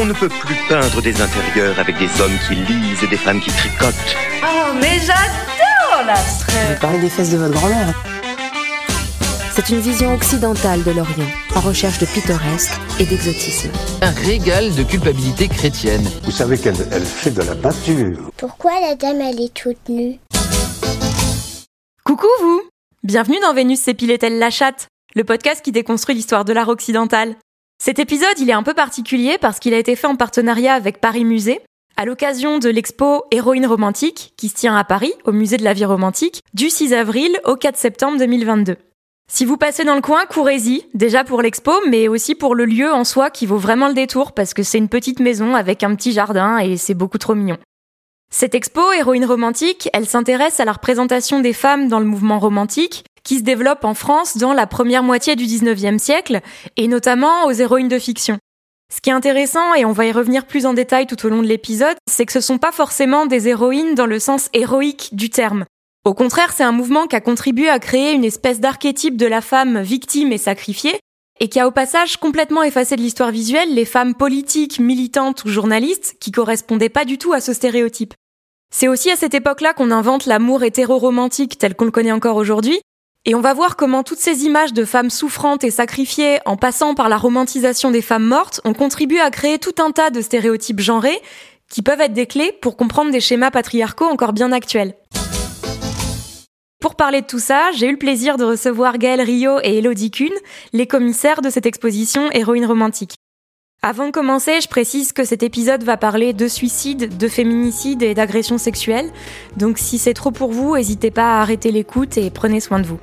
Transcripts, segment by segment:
ne peut plus peindre des intérieurs avec des hommes qui lisent et des femmes qui tricotent. Oh, mais j'adore l'abstrait. Vous parlez des fesses de votre grand-mère. C'est une vision occidentale de l'Orient, en recherche de pittoresque et d'exotisme. Un régal de culpabilité chrétienne. Vous savez qu'elle fait de la peinture. Pourquoi la dame, elle est toute nue? Coucou vous! Bienvenue dans Vénus s'épilait-elle la chatte, le podcast qui déconstruit l'histoire de l'art occidental. Cet épisode, il est un peu particulier parce qu'il a été fait en partenariat avec Paris Musée, à l'occasion de l'expo Héroïnes romantiques, qui se tient à Paris, au Musée de la vie romantique, du 6 avril au 4 septembre 2022. Si vous passez dans le coin, courez-y, déjà pour l'expo, mais aussi pour le lieu en soi qui vaut vraiment le détour parce que c'est une petite maison avec un petit jardin et c'est beaucoup trop mignon. Cette expo, Héroïnes romantiques, elle s'intéresse à la représentation des femmes dans le mouvement romantique qui se développe en France dans la première moitié du 19e siècle et notamment aux héroïnes de fiction. Ce qui est intéressant, et on va y revenir plus en détail tout au long de l'épisode, c'est que ce sont pas forcément des héroïnes dans le sens héroïque du terme. Au contraire, c'est un mouvement qui a contribué à créer une espèce d'archétype de la femme victime et sacrifiée, et qui a au passage complètement effacé de l'histoire visuelle les femmes politiques, militantes ou journalistes qui correspondaient pas du tout à ce stéréotype. C'est aussi à cette époque-là qu'on invente l'amour hétéro-romantique tel qu'on le connaît encore aujourd'hui, et on va voir comment toutes ces images de femmes souffrantes et sacrifiées, en passant par la romantisation des femmes mortes, ont contribué à créer tout un tas de stéréotypes genrés qui peuvent être des clés pour comprendre des schémas patriarcaux encore bien actuels. Pour parler de tout ça, j'ai eu le plaisir de recevoir Gaëlle Rio et Élodie Kuhn, les commissaires de cette exposition Héroïnes romantiques. Avant de commencer, je précise que cet épisode va parler de suicide, de féminicide et d'agression sexuelle. Donc si c'est trop pour vous, n'hésitez pas à arrêter l'écoute et prenez soin de vous.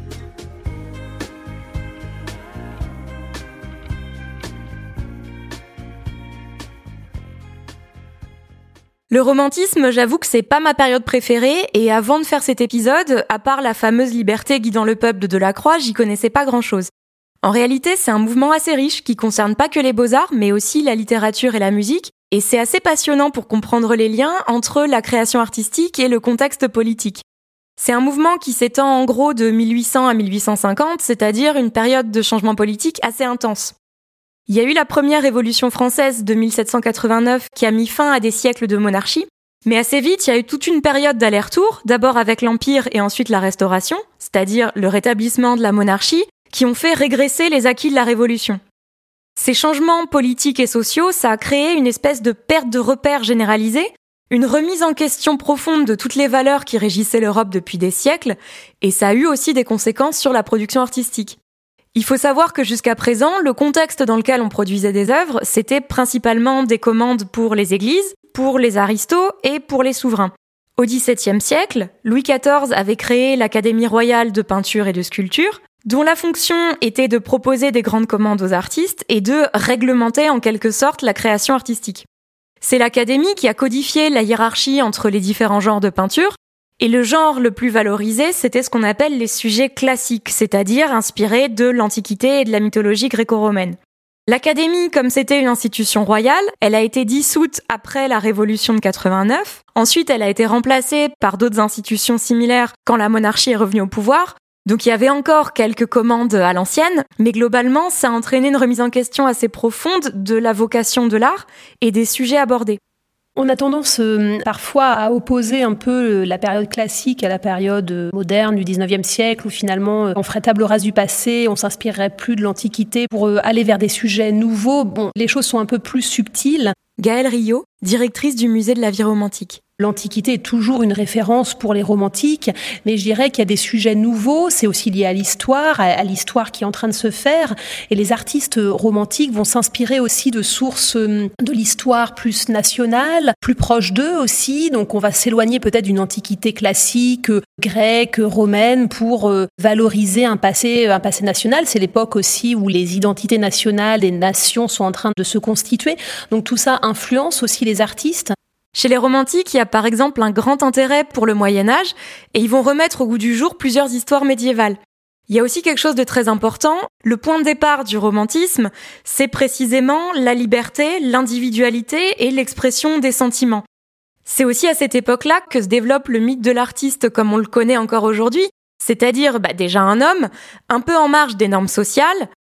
Le romantisme, j'avoue que c'est pas ma période préférée, et avant de faire cet épisode, à part la fameuse Liberté guidant le peuple de Delacroix, j'y connaissais pas grand-chose. En réalité, c'est un mouvement assez riche qui concerne pas que les beaux-arts, mais aussi la littérature et la musique, et c'est assez passionnant pour comprendre les liens entre la création artistique et le contexte politique. C'est un mouvement qui s'étend en gros de 1800 à 1850, c'est-à-dire une période de changement politique assez intense. Il y a eu la première Révolution française de 1789 qui a mis fin à des siècles de monarchie, mais assez vite, il y a eu toute une période d'aller-retour, d'abord avec l'Empire et ensuite la Restauration, c'est-à-dire le rétablissement de la monarchie, qui ont fait régresser les acquis de la Révolution. Ces changements politiques et sociaux, ça a créé une espèce de perte de repères généralisée, une remise en question profonde de toutes les valeurs qui régissaient l'Europe depuis des siècles, et ça a eu aussi des conséquences sur la production artistique. Il faut savoir que jusqu'à présent, le contexte dans lequel on produisait des œuvres, c'était principalement des commandes pour les églises, pour les aristos et pour les souverains. Au XVIIe siècle, Louis XIV avait créé l'Académie royale de peinture et de sculpture, dont la fonction était de proposer des grandes commandes aux artistes et de réglementer en quelque sorte la création artistique. C'est l'Académie qui a codifié la hiérarchie entre les différents genres de peinture, et le genre le plus valorisé, c'était ce qu'on appelle les sujets classiques, c'est-à-dire inspirés de l'Antiquité et de la mythologie gréco-romaine. L'Académie, comme c'était une institution royale, elle a été dissoute après la Révolution de 89. Ensuite, elle a été remplacée par d'autres institutions similaires quand la monarchie est revenue au pouvoir. Donc il y avait encore quelques commandes à l'ancienne, mais globalement, ça a entraîné une remise en question assez profonde de la vocation de l'art et des sujets abordés. On a tendance parfois à opposer un peu la période classique à la période moderne du 19e siècle où finalement on ferait table rase du passé, on s'inspirerait plus de l'Antiquité pour aller vers des sujets nouveaux. Bon, les choses sont un peu plus subtiles. Gaëlle Rio, directrice du musée de la vie romantique. L'Antiquité est toujours une référence pour les romantiques, mais je dirais qu'il y a des sujets nouveaux, c'est aussi lié à l'histoire qui est en train de se faire, et les artistes romantiques vont s'inspirer aussi de sources de l'histoire plus nationale, plus proches d'eux aussi, donc on va s'éloigner peut-être d'une Antiquité classique, grecque, romaine, pour valoriser un passé national. C'est l'époque aussi où les identités nationales des nations sont en train de se constituer, donc tout ça influence aussi les artistes. Chez les romantiques, il y a par exemple un grand intérêt pour le Moyen-Âge et ils vont remettre au goût du jour plusieurs histoires médiévales. Il y a aussi quelque chose de très important, le point de départ du romantisme, c'est précisément la liberté, l'individualité et l'expression des sentiments. C'est aussi à cette époque-là que se développe le mythe de l'artiste comme on le connaît encore aujourd'hui, c'est-à-dire déjà un homme, un peu en marge des normes sociales,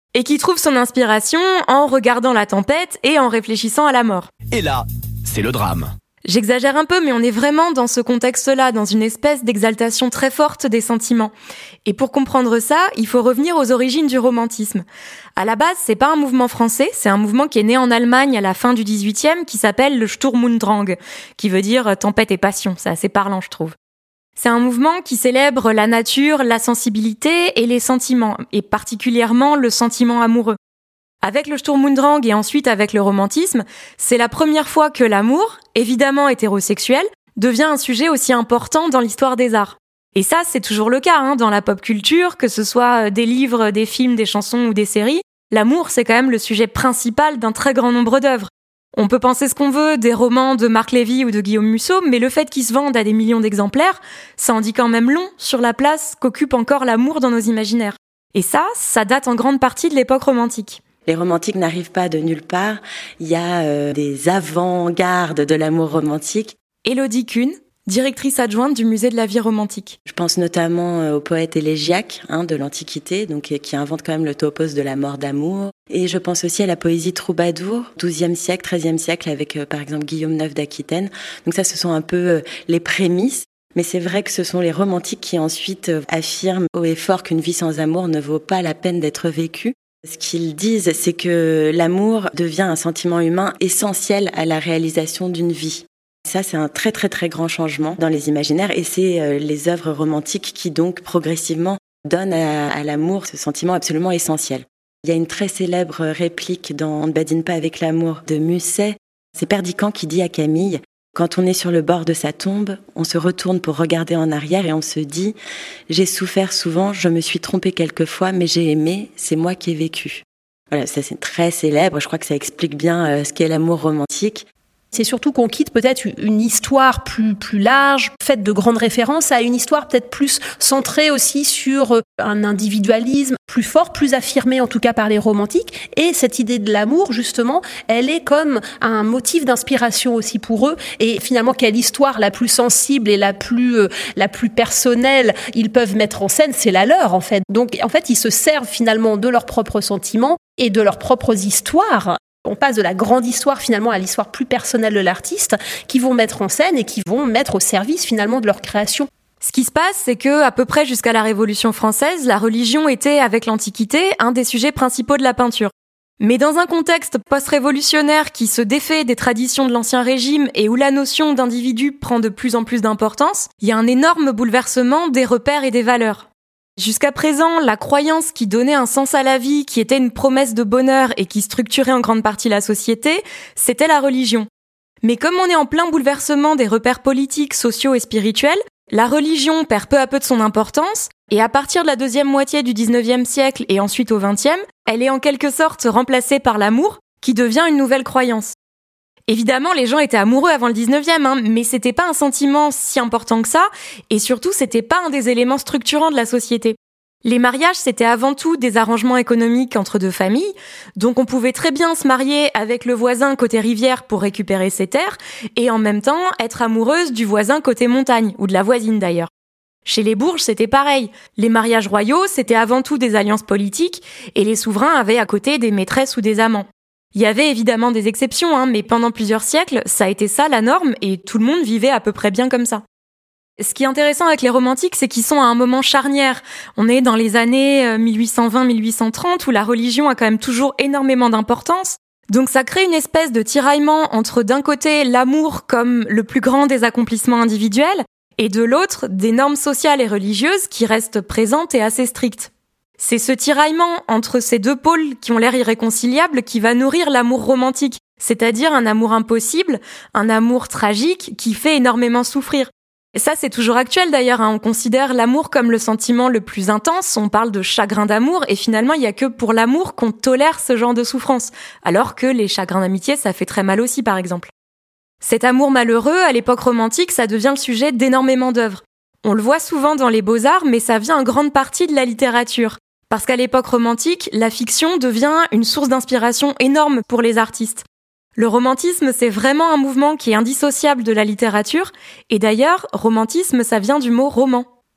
et qui trouve son inspiration en regardant la tempête et en réfléchissant à la mort. Et là, c'est le drame. J'exagère un peu, mais on est vraiment dans ce contexte-là, dans une espèce d'exaltation très forte des sentiments. Et pour comprendre ça, il faut revenir aux origines du romantisme. À la base, c'est pas un mouvement français, c'est un mouvement qui est né en Allemagne à la fin du XVIIIe, qui s'appelle le Sturm und Drang, qui veut dire tempête et passion. C'est assez parlant, je trouve. C'est un mouvement qui célèbre la nature, la sensibilité et les sentiments, et particulièrement le sentiment amoureux. Avec le Sturm und Drang et ensuite avec le romantisme, c'est la première fois que l'amour, évidemment hétérosexuel, devient un sujet aussi important dans l'histoire des arts. Et ça, c'est toujours le cas dans la pop culture, que ce soit des livres, des films, des chansons ou des séries. L'amour, c'est quand même le sujet principal d'un très grand nombre d'œuvres. On peut penser ce qu'on veut des romans de Marc Lévy ou de Guillaume Musso, mais le fait qu'ils se vendent à des millions d'exemplaires, ça en dit quand même long sur la place qu'occupe encore l'amour dans nos imaginaires. Et ça date en grande partie de l'époque romantique. Les romantiques n'arrivent pas de nulle part. Il y a des avant-gardes de l'amour romantique. Élodie Kuhn, directrice adjointe du musée de la vie romantique. Je pense notamment au poète élégiaque de l'Antiquité, donc qui invente quand même le topos de la mort d'amour. Et je pense aussi à la poésie troubadour, XIIe siècle, XIIIe siècle, avec par exemple Guillaume IX d'Aquitaine. Donc ça, ce sont un peu les prémices. Mais c'est vrai que ce sont les romantiques qui ensuite affirment haut et fort qu'une vie sans amour ne vaut pas la peine d'être vécue. Ce qu'ils disent, c'est que l'amour devient un sentiment humain essentiel à la réalisation d'une vie. Ça, c'est un très très très grand changement dans les imaginaires et c'est les œuvres romantiques qui donc progressivement donnent à l'amour ce sentiment absolument essentiel. Il y a une très célèbre réplique dans « On ne badine pas avec l'amour » de Musset. C'est Perdiccas qui dit à Camille « Quand on est sur le bord de sa tombe, on se retourne pour regarder en arrière et on se dit « J'ai souffert souvent, je me suis trompée quelquefois, mais j'ai aimé, c'est moi qui ai vécu. » Voilà, ça c'est très célèbre, je crois que ça explique bien ce qu'est l'amour romantique. C'est surtout qu'on quitte peut-être une histoire plus large, faite de grandes références, à une histoire peut-être plus centrée aussi sur un individualisme plus fort, plus affirmé en tout cas par les romantiques. Et cette idée de l'amour, justement, elle est comme un motif d'inspiration aussi pour eux. Et finalement, quelle histoire la plus sensible et la plus personnelle ils peuvent mettre en scène, c'est la leur en fait. Donc en fait, ils se servent finalement de leurs propres sentiments et de leurs propres histoires. On passe de la grande histoire finalement à l'histoire plus personnelle de l'artiste qui vont mettre en scène et qui vont mettre au service finalement de leur création. Ce qui se passe, c'est que à peu près jusqu'à la Révolution française, la religion était, avec l'Antiquité, un des sujets principaux de la peinture. Mais dans un contexte post-révolutionnaire qui se défait des traditions de l'Ancien Régime et où la notion d'individu prend de plus en plus d'importance, il y a un énorme bouleversement des repères et des valeurs. Jusqu'à présent, la croyance qui donnait un sens à la vie, qui était une promesse de bonheur et qui structurait en grande partie la société, c'était la religion. Mais comme on est en plein bouleversement des repères politiques, sociaux et spirituels, la religion perd peu à peu de son importance, et à partir de la deuxième moitié du 19e siècle et ensuite au 20e, elle est en quelque sorte remplacée par l'amour, qui devient une nouvelle croyance. Évidemment, les gens étaient amoureux avant le 19e, mais c'était pas un sentiment si important que ça, et surtout, c'était pas un des éléments structurants de la société. Les mariages, c'était avant tout des arrangements économiques entre deux familles, donc on pouvait très bien se marier avec le voisin côté rivière pour récupérer ses terres, et en même temps être amoureuse du voisin côté montagne, ou de la voisine d'ailleurs. Chez les Bourges, c'était pareil. Les mariages royaux, c'était avant tout des alliances politiques, et les souverains avaient à côté des maîtresses ou des amants. Il y avait évidemment des exceptions, mais pendant plusieurs siècles, ça a été ça la norme et tout le monde vivait à peu près bien comme ça. Ce qui est intéressant avec les romantiques, c'est qu'ils sont à un moment charnière. On est dans les années 1820-1830 où la religion a quand même toujours énormément d'importance. Donc ça crée une espèce de tiraillement entre d'un côté l'amour comme le plus grand des accomplissements individuels et de l'autre des normes sociales et religieuses qui restent présentes et assez strictes. C'est ce tiraillement entre ces deux pôles qui ont l'air irréconciliables qui va nourrir l'amour romantique, c'est-à-dire un amour impossible, un amour tragique qui fait énormément souffrir. Et ça, c'est toujours actuel d'ailleurs, on considère l'amour comme le sentiment le plus intense, on parle de chagrin d'amour, et finalement, il n'y a que pour l'amour qu'on tolère ce genre de souffrance, alors que les chagrins d'amitié, ça fait très mal aussi, par exemple. Cet amour malheureux, à l'époque romantique, ça devient le sujet d'énormément d'œuvres. On le voit souvent dans les beaux-arts, mais ça vient en grande partie de la littérature. Parce qu'à l'époque romantique, la fiction devient une source d'inspiration énorme pour les artistes. Le romantisme, c'est vraiment un mouvement qui est indissociable de la littérature, et d'ailleurs, romantisme, ça vient du mot roman.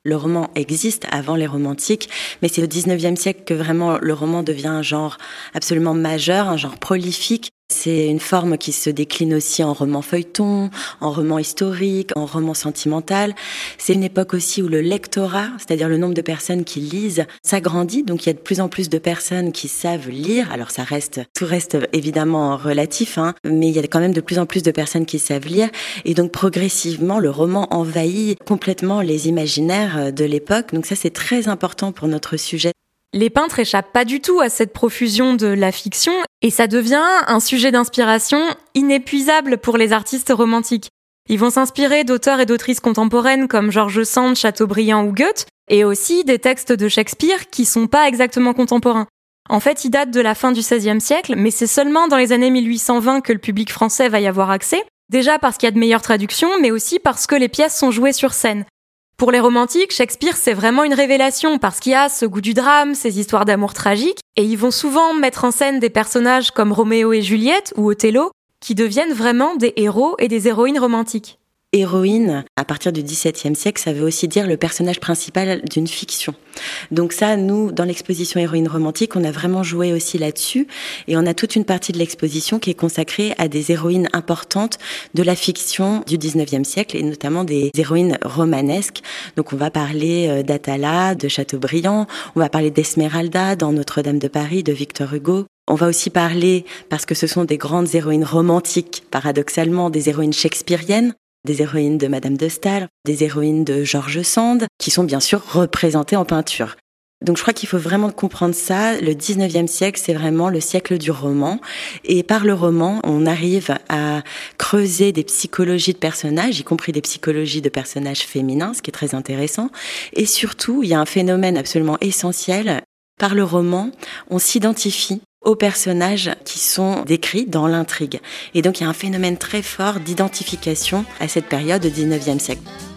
Le roman existe avant les romantiques, mais c'est au 19e siècle que vraiment le roman devient un genre absolument majeur, un genre prolifique. C'est une forme qui se décline aussi en roman feuilleton, en roman historique, en roman sentimental. C'est une époque aussi où le lectorat, c'est-à-dire le nombre de personnes qui lisent, s'agrandit. Donc il y a de plus en plus de personnes qui savent lire. Alors tout reste évidemment relatif, mais il y a quand même de plus en plus de personnes qui savent lire. Et donc progressivement, le roman envahit complètement les imaginaires de l'époque. Donc ça, c'est très important pour notre sujet. Les peintres échappent pas du tout à cette profusion de la fiction et ça devient un sujet d'inspiration inépuisable pour les artistes romantiques. Ils vont s'inspirer d'auteurs et d'autrices contemporaines comme George Sand, Chateaubriand ou Goethe et aussi des textes de Shakespeare qui sont pas exactement contemporains. En fait, ils datent de la fin du XVIe siècle, mais c'est seulement dans les années 1820 que le public français va y avoir accès. Déjà parce qu'il y a de meilleures traductions, mais aussi parce que les pièces sont jouées sur scène. Pour les romantiques, Shakespeare, c'est vraiment une révélation parce qu'il y a ce goût du drame, ces histoires d'amour tragiques, et ils vont souvent mettre en scène des personnages comme Roméo et Juliette ou Othello, qui deviennent vraiment des héros et des héroïnes romantiques. Héroïne, à partir du XVIIe siècle, ça veut aussi dire le personnage principal d'une fiction. Donc ça, nous, dans l'exposition Héroïne romantique, on a vraiment joué aussi là-dessus. Et on a toute une partie de l'exposition qui est consacrée à des héroïnes importantes de la fiction du XIXe siècle, et notamment des héroïnes romanesques. Donc on va parler d'Atala, de Chateaubriand, on va parler d'Esmeralda dans Notre-Dame de Paris, de Victor Hugo. On va aussi parler, parce que ce sont des grandes héroïnes romantiques, paradoxalement, des héroïnes shakespeariennes, des héroïnes de Madame de Staël, des héroïnes de George Sand, qui sont bien sûr représentées en peinture. Donc je crois qu'il faut vraiment comprendre ça. Le 19e siècle, c'est vraiment le siècle du roman. Et par le roman, on arrive à creuser des psychologies de personnages, y compris des psychologies de personnages féminins, ce qui est très intéressant. Et surtout, il y a un phénomène absolument essentiel. Par le roman, on s'identifie aux personnages qui sont décrits dans l'intrigue. Et donc il y a un phénomène très fort d'identification à cette période du 19e siècle.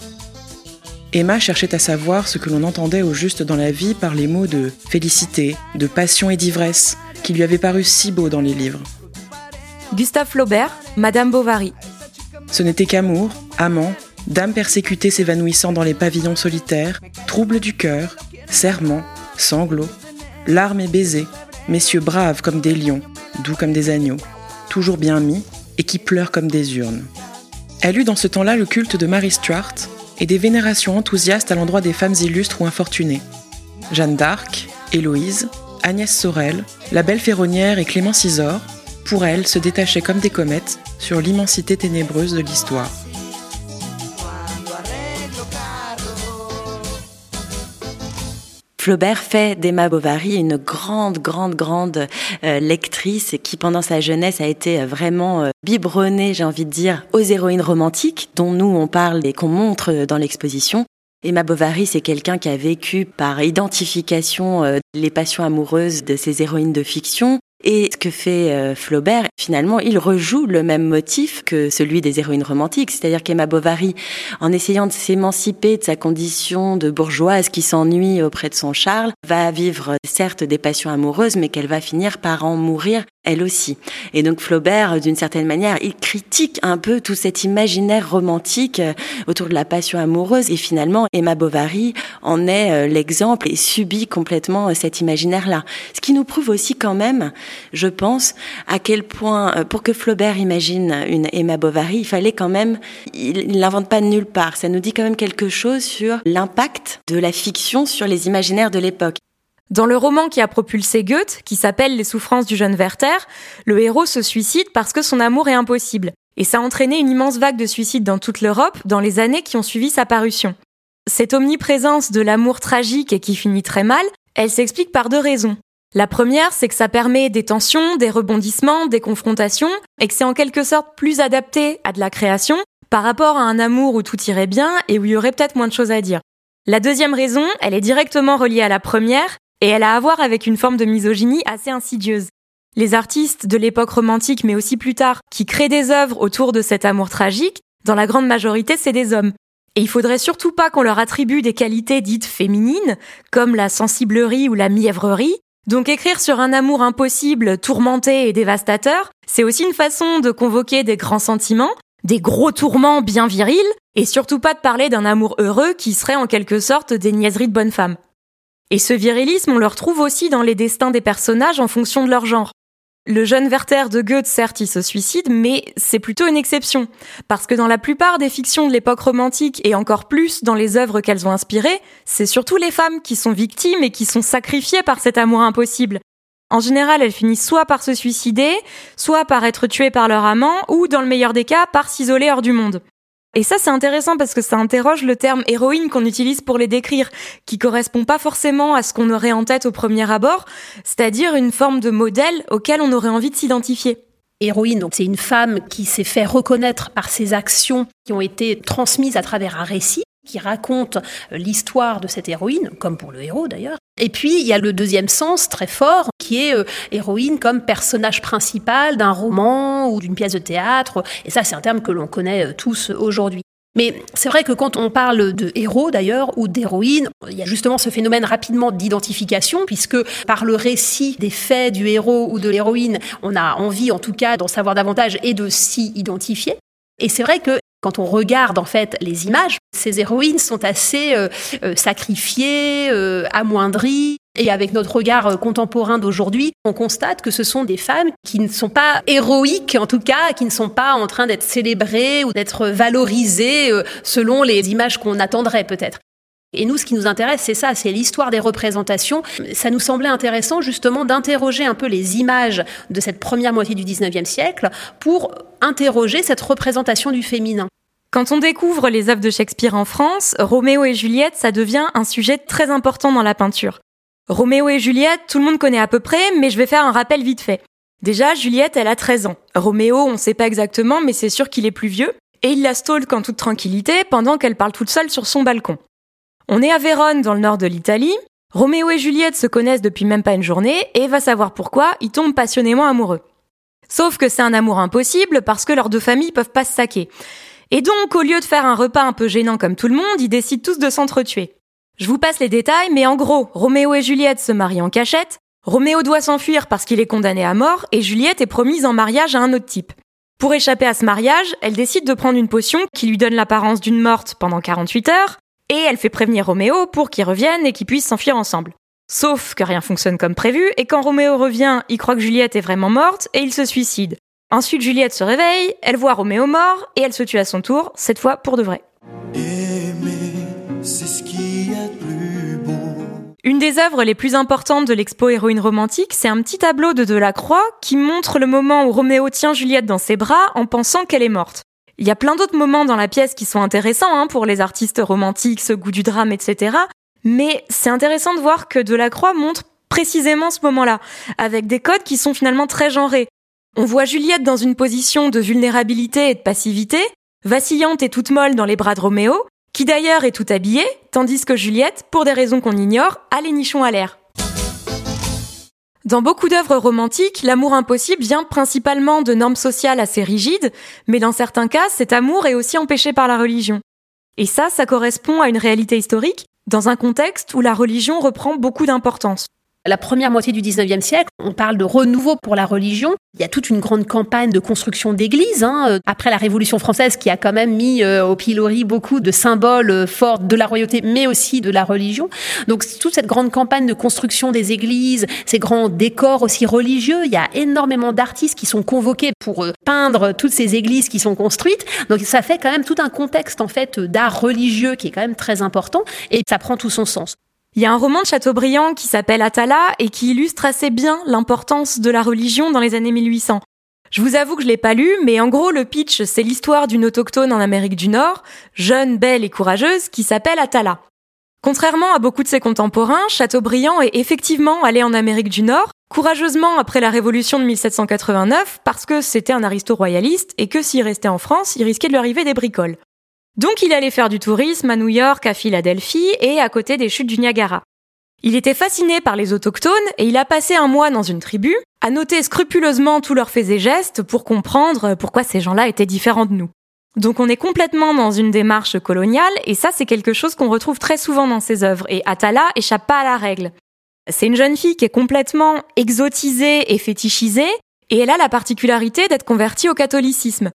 Emma cherchait à savoir ce que l'on entendait au juste dans la vie par les mots de félicité, de passion et d'ivresse, qui lui avaient paru si beaux dans les livres. Gustave Flaubert, Madame Bovary. Ce n'était qu'amour, amant, dames persécutées s'évanouissant dans les pavillons solitaires, troubles du cœur, serments, sanglots, larmes et baisers, messieurs braves comme des lions, doux comme des agneaux, toujours bien mis et qui pleurent comme des urnes. Elle eut dans ce temps-là le culte de Mary Stuart et des vénérations enthousiastes à l'endroit des femmes illustres ou infortunées. Jeanne d'Arc, Héloïse, Agnès Sorel, la belle Ferronnière et Clémence Isor, pour elle, se détachaient comme des comètes sur l'immensité ténébreuse de l'histoire. Flaubert fait d'Emma Bovary une grande lectrice qui, pendant sa jeunesse, a été vraiment biberonnée, j'ai envie de dire, aux héroïnes romantiques dont nous on parle et qu'on montre dans l'exposition. Emma Bovary, c'est quelqu'un qui a vécu par identification les passions amoureuses de ces héroïnes de fiction. Et ce que fait Flaubert, finalement, il rejoue le même motif que celui des héroïnes romantiques. C'est-à-dire qu'Emma Bovary, en essayant de s'émanciper de sa condition de bourgeoise qui s'ennuie auprès de son Charles, va vivre certes des passions amoureuses, mais qu'elle va finir par en mourir elle aussi. Et donc Flaubert, d'une certaine manière, il critique un peu tout cet imaginaire romantique autour de la passion amoureuse. Et finalement, Emma Bovary en est l'exemple et subit complètement cet imaginaire-là. Ce qui nous prouve aussi quand même, je pense, à quel point, pour que Flaubert imagine une Emma Bovary, il fallait quand même, il l'invente pas de nulle part. Ça nous dit quand même quelque chose sur l'impact de la fiction sur les imaginaires de l'époque. Dans le roman qui a propulsé Goethe, qui s'appelle Les souffrances du jeune Werther, le héros se suicide parce que son amour est impossible. Et ça a entraîné une immense vague de suicides dans toute l'Europe dans les années qui ont suivi sa parution. Cette omniprésence de l'amour tragique et qui finit très mal, elle s'explique par deux raisons. La première, c'est que ça permet des tensions, des rebondissements, des confrontations, et que c'est en quelque sorte plus adapté à de la création par rapport à un amour où tout irait bien et où il y aurait peut-être moins de choses à dire. La deuxième raison, elle est directement reliée à la première, et elle a à voir avec une forme de misogynie assez insidieuse. Les artistes de l'époque romantique, mais aussi plus tard, qui créent des œuvres autour de cet amour tragique, dans la grande majorité, c'est des hommes. Et il faudrait surtout pas qu'on leur attribue des qualités dites féminines, comme la sensiblerie ou la mièvrerie. Donc écrire sur un amour impossible, tourmenté et dévastateur, c'est aussi une façon de convoquer des grands sentiments, des gros tourments bien virils, Et surtout pas de parler d'un amour heureux qui serait en quelque sorte des niaiseries de bonne femme. Et ce virilisme, on le retrouve aussi dans les destins des personnages en fonction de leur genre. Le jeune Werther de Goethe, certes, il se suicide, mais c'est plutôt une exception. Parce que dans la plupart des fictions de l'époque romantique, et encore plus dans les œuvres qu'elles ont inspirées, c'est surtout les femmes qui sont victimes et qui sont sacrifiées par cet amour impossible. En général, elles finissent soit par se suicider, soit par être tuées par leur amant, ou dans le meilleur des cas, par s'isoler hors du monde. Et ça, c'est intéressant parce que ça interroge le terme héroïne qu'on utilise pour les décrire, qui correspond pas forcément à ce qu'on aurait en tête au premier abord, c'est-à-dire une forme de modèle auquel on aurait envie de s'identifier. Héroïne, donc c'est une femme qui s'est fait reconnaître par ses actions qui ont été transmises à travers un récit qui raconte l'histoire de cette héroïne, comme pour le héros d'ailleurs. Et puis, il y a le deuxième sens très fort, qui est héroïne comme personnage principal d'un roman ou d'une pièce de théâtre. Et ça, c'est un terme que l'on connaît tous aujourd'hui. Mais c'est vrai que quand on parle de héros d'ailleurs, ou d'héroïne, il y a justement ce phénomène rapidement d'identification, puisque par le récit des faits du héros ou de l'héroïne, on a envie en tout cas d'en savoir davantage et de s'y identifier. Et c'est vrai que quand on regarde en fait les images, ces héroïnes sont assez sacrifiées, amoindries. Et avec notre regard contemporain d'aujourd'hui, on constate que ce sont des femmes qui ne sont pas héroïques, en tout cas, qui ne sont pas en train d'être célébrées ou d'être valorisées selon les images qu'on attendrait peut-être. Et nous, ce qui nous intéresse, c'est ça, c'est l'histoire des représentations. Ça nous semblait intéressant justement d'interroger un peu les images de cette première moitié du 19e siècle pour interroger cette représentation du féminin. Quand on découvre les œuvres de Shakespeare en France, Roméo et Juliette, ça devient un sujet très important dans la peinture. Roméo et Juliette, tout le monde connaît à peu près, mais je vais faire un rappel vite fait. Déjà, Juliette, elle a 13 ans. Roméo, on ne sait pas exactement, mais c'est sûr qu'il est plus vieux. Et il la stalk en toute tranquillité pendant qu'elle parle toute seule sur son balcon. On est à Vérone, dans le nord de l'Italie. Roméo et Juliette se connaissent depuis même pas une journée, et va savoir pourquoi, ils tombent passionnément amoureux. Sauf que c'est un amour impossible parce que leurs deux familles peuvent pas se saquer. Et donc, au lieu de faire un repas un peu gênant comme tout le monde, ils décident tous de s'entretuer. Je vous passe les détails, mais en gros, Roméo et Juliette se marient en cachette, Roméo doit s'enfuir parce qu'il est condamné à mort, et Juliette est promise en mariage à un autre type. Pour échapper à ce mariage, elle décide de prendre une potion qui lui donne l'apparence d'une morte pendant 48 heures, et elle fait prévenir Roméo pour qu'il revienne et qu'ils puissent s'enfuir ensemble. Sauf que rien fonctionne comme prévu, et quand Roméo revient, il croit que Juliette est vraiment morte, et il se suicide. Ensuite, Juliette se réveille, elle voit Roméo mort, et elle se tue à son tour, cette fois pour de vrai. Aimer, c'est ce qu'il y a de plus beau. Une des œuvres les plus importantes de l'expo héroïne romantique, c'est un petit tableau de Delacroix qui montre le moment où Roméo tient Juliette dans ses bras en pensant qu'elle est morte. Il y a plein d'autres moments dans la pièce qui sont intéressants pour les artistes romantiques, ce goût du drame, etc. Mais c'est intéressant de voir que Delacroix montre précisément ce moment-là, avec des codes qui sont finalement très genrés. On voit Juliette dans une position de vulnérabilité et de passivité, vacillante et toute molle dans les bras de Roméo, qui d'ailleurs est tout habillée, tandis que Juliette, pour des raisons qu'on ignore, a les nichons à l'air. Dans beaucoup d'œuvres romantiques, l'amour impossible vient principalement de normes sociales assez rigides, mais dans certains cas, cet amour est aussi empêché par la religion. Et ça correspond à une réalité historique, dans un contexte où la religion reprend beaucoup d'importance. La première moitié du 19e siècle, on parle de renouveau pour la religion. Il y a toute une grande campagne de construction d'églises, après la Révolution française qui a quand même mis au pilori beaucoup de symboles forts de la royauté, mais aussi de la religion. Donc toute cette grande campagne de construction des églises, ces grands décors aussi religieux, il y a énormément d'artistes qui sont convoqués pour peindre toutes ces églises qui sont construites. Donc ça fait quand même tout un contexte en fait d'art religieux qui est quand même très important et ça prend tout son sens. Il y a un roman de Chateaubriand qui s'appelle Atala et qui illustre assez bien l'importance de la religion dans les années 1800. Je vous avoue que je l'ai pas lu, mais en gros, le pitch, c'est l'histoire d'une autochtone en Amérique du Nord, jeune, belle et courageuse, qui s'appelle Atala. Contrairement à beaucoup de ses contemporains, Chateaubriand est effectivement allé en Amérique du Nord, courageusement après la Révolution de 1789, parce que c'était un aristo-royaliste et que s'il restait en France, il risquait de lui arriver des bricoles. Donc il allait faire du tourisme à New York, à Philadelphie et à côté des chutes du Niagara. Il était fasciné par les autochtones et il a passé un mois dans une tribu à noter scrupuleusement tous leurs faits et gestes pour comprendre pourquoi ces gens-là étaient différents de nous. Donc on est complètement dans une démarche coloniale et ça c'est quelque chose qu'on retrouve très souvent dans ses œuvres et Atala échappe pas à la règle. C'est une jeune fille qui est complètement exotisée et fétichisée et elle a la particularité d'être convertie au catholicisme.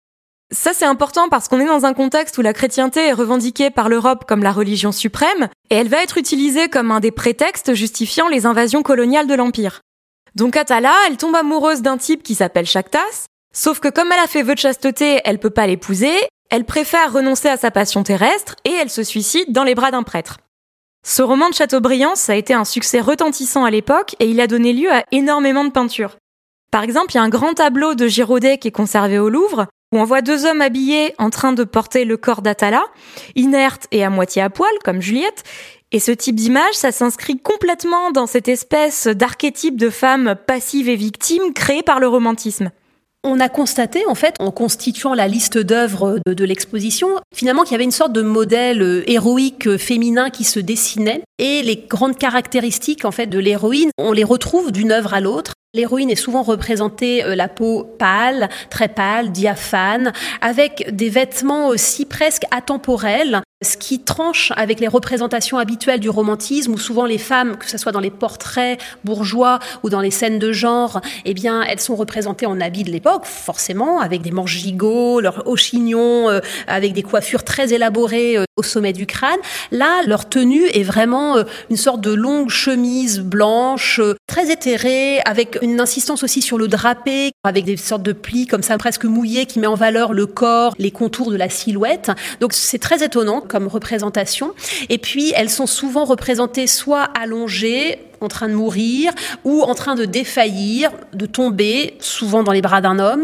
Ça, c'est important parce qu'on est dans un contexte où la chrétienté est revendiquée par l'Europe comme la religion suprême, et elle va être utilisée comme un des prétextes justifiant les invasions coloniales de l'Empire. Donc Atala, elle tombe amoureuse d'un type qui s'appelle Chactas, sauf que comme elle a fait vœu de chasteté, elle peut pas l'épouser, elle préfère renoncer à sa passion terrestre, et elle se suicide dans les bras d'un prêtre. Ce roman de Chateaubriand, ça a été un succès retentissant à l'époque, et il a donné lieu à énormément de peintures. Par exemple, il y a un grand tableau de Girodet qui est conservé au Louvre, où on voit 2 hommes habillés en train de porter le corps d'Atala, inerte et à moitié à poil, comme Juliette. Et ce type d'image, ça s'inscrit complètement dans cette espèce d'archétype de femme passive et victime créée par le romantisme. On a constaté, en fait, en constituant la liste d'œuvres de l'exposition, finalement qu'il y avait une sorte de modèle héroïque féminin qui se dessinait. Et les grandes caractéristiques, en fait, de l'héroïne, on les retrouve d'une œuvre à l'autre. L'héroïne est souvent représentée la peau pâle, très pâle, diaphane, avec des vêtements aussi presque atemporels, ce qui tranche avec les représentations habituelles du romantisme où souvent les femmes, que ce soit dans les portraits bourgeois ou dans les scènes de genre, eh bien, elles sont représentées en habits de l'époque, forcément, avec des manches gigots, leur haut chignon, avec des coiffures très élaborées au sommet du crâne. Là, leur tenue est vraiment une sorte de longue chemise blanche, très éthérée, avec une insistance aussi sur le drapé, avec des sortes de plis comme ça presque mouillés qui met en valeur le corps, les contours de la silhouette. Donc c'est très étonnant comme représentation. Et puis elles sont souvent représentées soit allongées, en train de mourir, ou en train de défaillir, de tomber, souvent dans les bras d'un homme.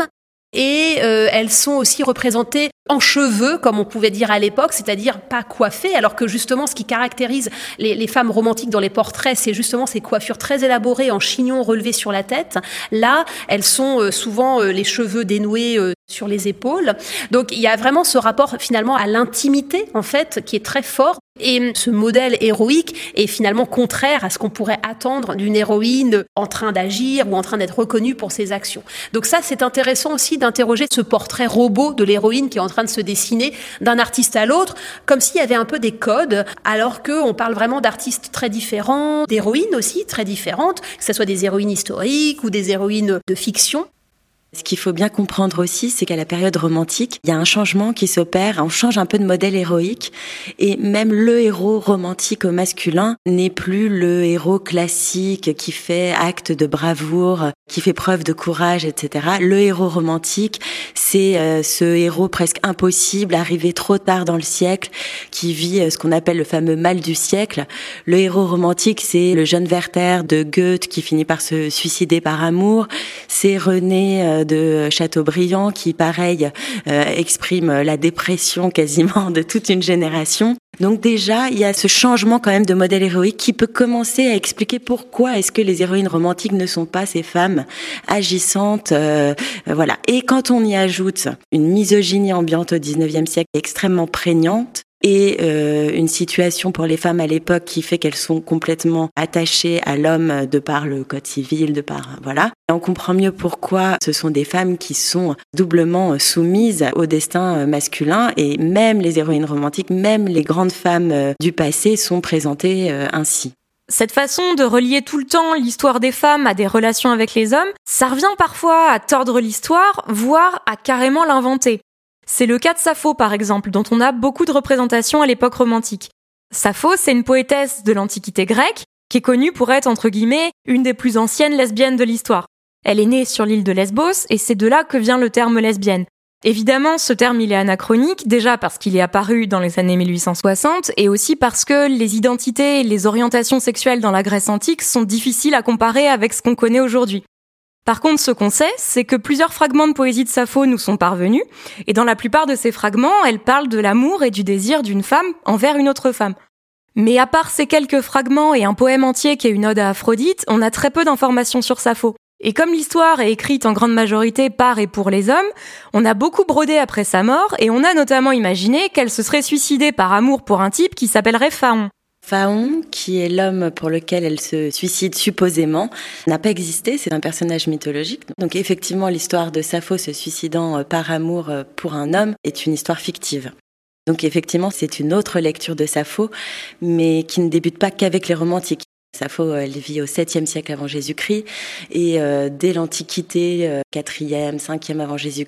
Et elles sont aussi représentées en cheveux, comme on pouvait dire à l'époque, c'est-à-dire pas coiffées, alors que justement ce qui caractérise les femmes romantiques dans les portraits, c'est justement ces coiffures très élaborées en chignon relevé sur la tête. Là, elles sont souvent les cheveux dénoués sur les épaules. Donc il y a vraiment ce rapport finalement à l'intimité, en fait, qui est très fort. Et ce modèle héroïque est finalement contraire à ce qu'on pourrait attendre d'une héroïne en train d'agir ou en train d'être reconnue pour ses actions. Donc ça, c'est intéressant aussi d'interroger ce portrait robot de l'héroïne qui est en train de se dessiner d'un artiste à l'autre, comme s'il y avait un peu des codes, alors qu'on parle vraiment d'artistes très différents, d'héroïnes aussi très différentes, que ce soit des héroïnes historiques ou des héroïnes de fiction. Ce qu'il faut bien comprendre aussi, c'est qu'à la période romantique, il y a un changement qui s'opère, on change un peu de modèle héroïque, et même le héros romantique au masculin n'est plus le héros classique qui fait acte de bravoure, qui fait preuve de courage, etc. Le héros romantique, c'est ce héros presque impossible, arrivé trop tard dans le siècle, qui vit ce qu'on appelle le fameux mal du siècle. Le héros romantique, c'est le jeune Werther de Goethe qui finit par se suicider par amour. C'est René de Chateaubriand qui, pareil, exprime la dépression quasiment de toute une génération. Donc déjà, il y a ce changement quand même de modèle héroïque qui peut commencer à expliquer pourquoi est-ce que les héroïnes romantiques ne sont pas ces femmes agissantes, voilà. Et quand on y ajoute une misogynie ambiante au XIXe siècle extrêmement prégnante, et une situation pour les femmes à l'époque qui fait qu'elles sont complètement attachées à l'homme de par le code civil, de par voilà. Et on comprend mieux pourquoi ce sont des femmes qui sont doublement soumises au destin masculin, et même les héroïnes romantiques, même les grandes femmes du passé sont présentées ainsi. Cette façon de relier tout le temps l'histoire des femmes à des relations avec les hommes, ça revient parfois à tordre l'histoire, voire à carrément l'inventer. C'est le cas de Sappho, par exemple, dont on a beaucoup de représentations à l'époque romantique. Sappho, c'est une poétesse de l'Antiquité grecque, qui est connue pour être, entre guillemets, une des plus anciennes lesbiennes de l'histoire. Elle est née sur l'île de Lesbos, et c'est de là que vient le terme lesbienne. Évidemment, ce terme, il est anachronique, déjà parce qu'il est apparu dans les années 1860, et aussi parce que les identités et les orientations sexuelles dans la Grèce antique sont difficiles à comparer avec ce qu'on connaît aujourd'hui. Par contre, ce qu'on sait, c'est que plusieurs fragments de poésie de Sappho nous sont parvenus, et dans la plupart de ces fragments, elle parle de l'amour et du désir d'une femme envers une autre femme. Mais à part ces quelques fragments et un poème entier qui est une ode à Aphrodite, on a très peu d'informations sur Sappho. Et comme l'histoire est écrite en grande majorité par et pour les hommes, on a beaucoup brodé après sa mort, et on a notamment imaginé qu'elle se serait suicidée par amour pour un type qui s'appellerait Phaon. Phaon, qui est l'homme pour lequel elle se suicide supposément, n'a pas existé, c'est un personnage mythologique. Donc effectivement, l'histoire de Sappho se suicidant par amour pour un homme est une histoire fictive. Donc effectivement, c'est une autre lecture de Sappho, mais qui ne débute pas qu'avec les romantiques. Sappho, elle vit au 7e siècle avant Jésus-Christ, et dès l'Antiquité, 4e, 5e avant Jésus-Christ,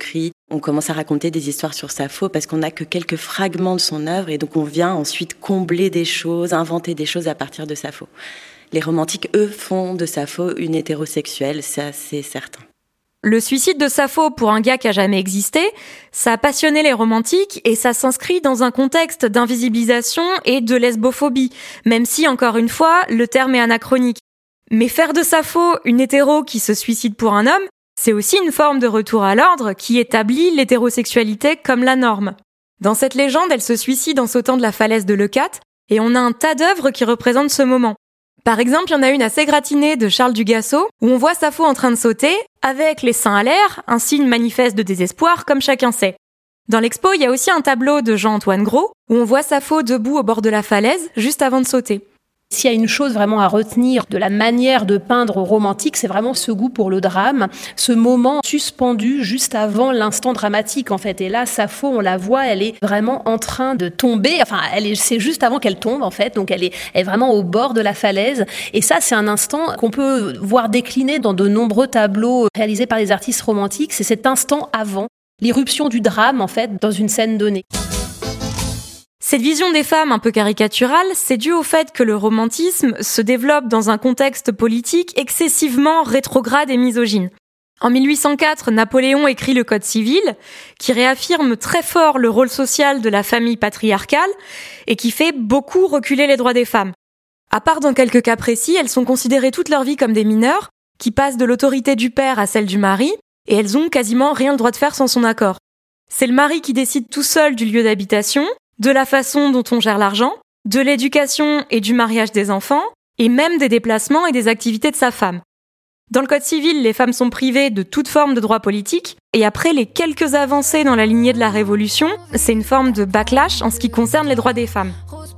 On commence à raconter des histoires sur Sappho parce qu'on n'a que quelques fragments de son œuvre et donc on vient ensuite combler des choses, inventer des choses à partir de Sappho. Les romantiques, eux, font de Sappho une hétérosexuelle, ça c'est certain. Le suicide de Sappho pour un gars qui a jamais existé, ça a passionné les romantiques et ça s'inscrit dans un contexte d'invisibilisation et de lesbophobie, même si, encore une fois, le terme est anachronique. Mais faire de Sappho une hétéro qui se suicide pour un homme, c'est aussi une forme de retour à l'ordre qui établit l'hétérosexualité comme la norme. Dans cette légende, elle se suicide en sautant de la falaise de Leucate, et on a un tas d'œuvres qui représentent ce moment. Par exemple, il y en a une assez gratinée de Charles Dugasseau, où on voit Sappho en train de sauter, avec les seins à l'air, un signe manifeste de désespoir, comme chacun sait. Dans l'expo, il y a aussi un tableau de Jean-Antoine Gros, où on voit Sappho debout au bord de la falaise, juste avant de sauter. S'il y a une chose vraiment à retenir de la manière de peindre romantique, c'est vraiment ce goût pour le drame, ce moment suspendu juste avant l'instant dramatique en fait. Et là, Sappho, on la voit, elle est vraiment en train de tomber. Enfin, c'est juste avant qu'elle tombe en fait. Donc elle est vraiment au bord de la falaise. Et ça, c'est un instant qu'on peut voir décliner dans de nombreux tableaux réalisés par les artistes romantiques. C'est cet instant avant l'irruption du drame en fait dans une scène donnée. Cette vision des femmes un peu caricaturale, c'est dû au fait que le romantisme se développe dans un contexte politique excessivement rétrograde et misogyne. En 1804, Napoléon écrit le Code civil, qui réaffirme très fort le rôle social de la famille patriarcale et qui fait beaucoup reculer les droits des femmes. À part dans quelques cas précis, elles sont considérées toute leur vie comme des mineures, qui passent de l'autorité du père à celle du mari, et elles ont quasiment rien le droit de faire sans son accord. C'est le mari qui décide tout seul du lieu d'habitation, de la façon dont on gère l'argent, de l'éducation et du mariage des enfants, et même des déplacements et des activités de sa femme. Dans le Code civil, les femmes sont privées de toute forme de droit politique, et après les quelques avancées dans la lignée de la Révolution, c'est une forme de backlash en ce qui concerne les droits des femmes.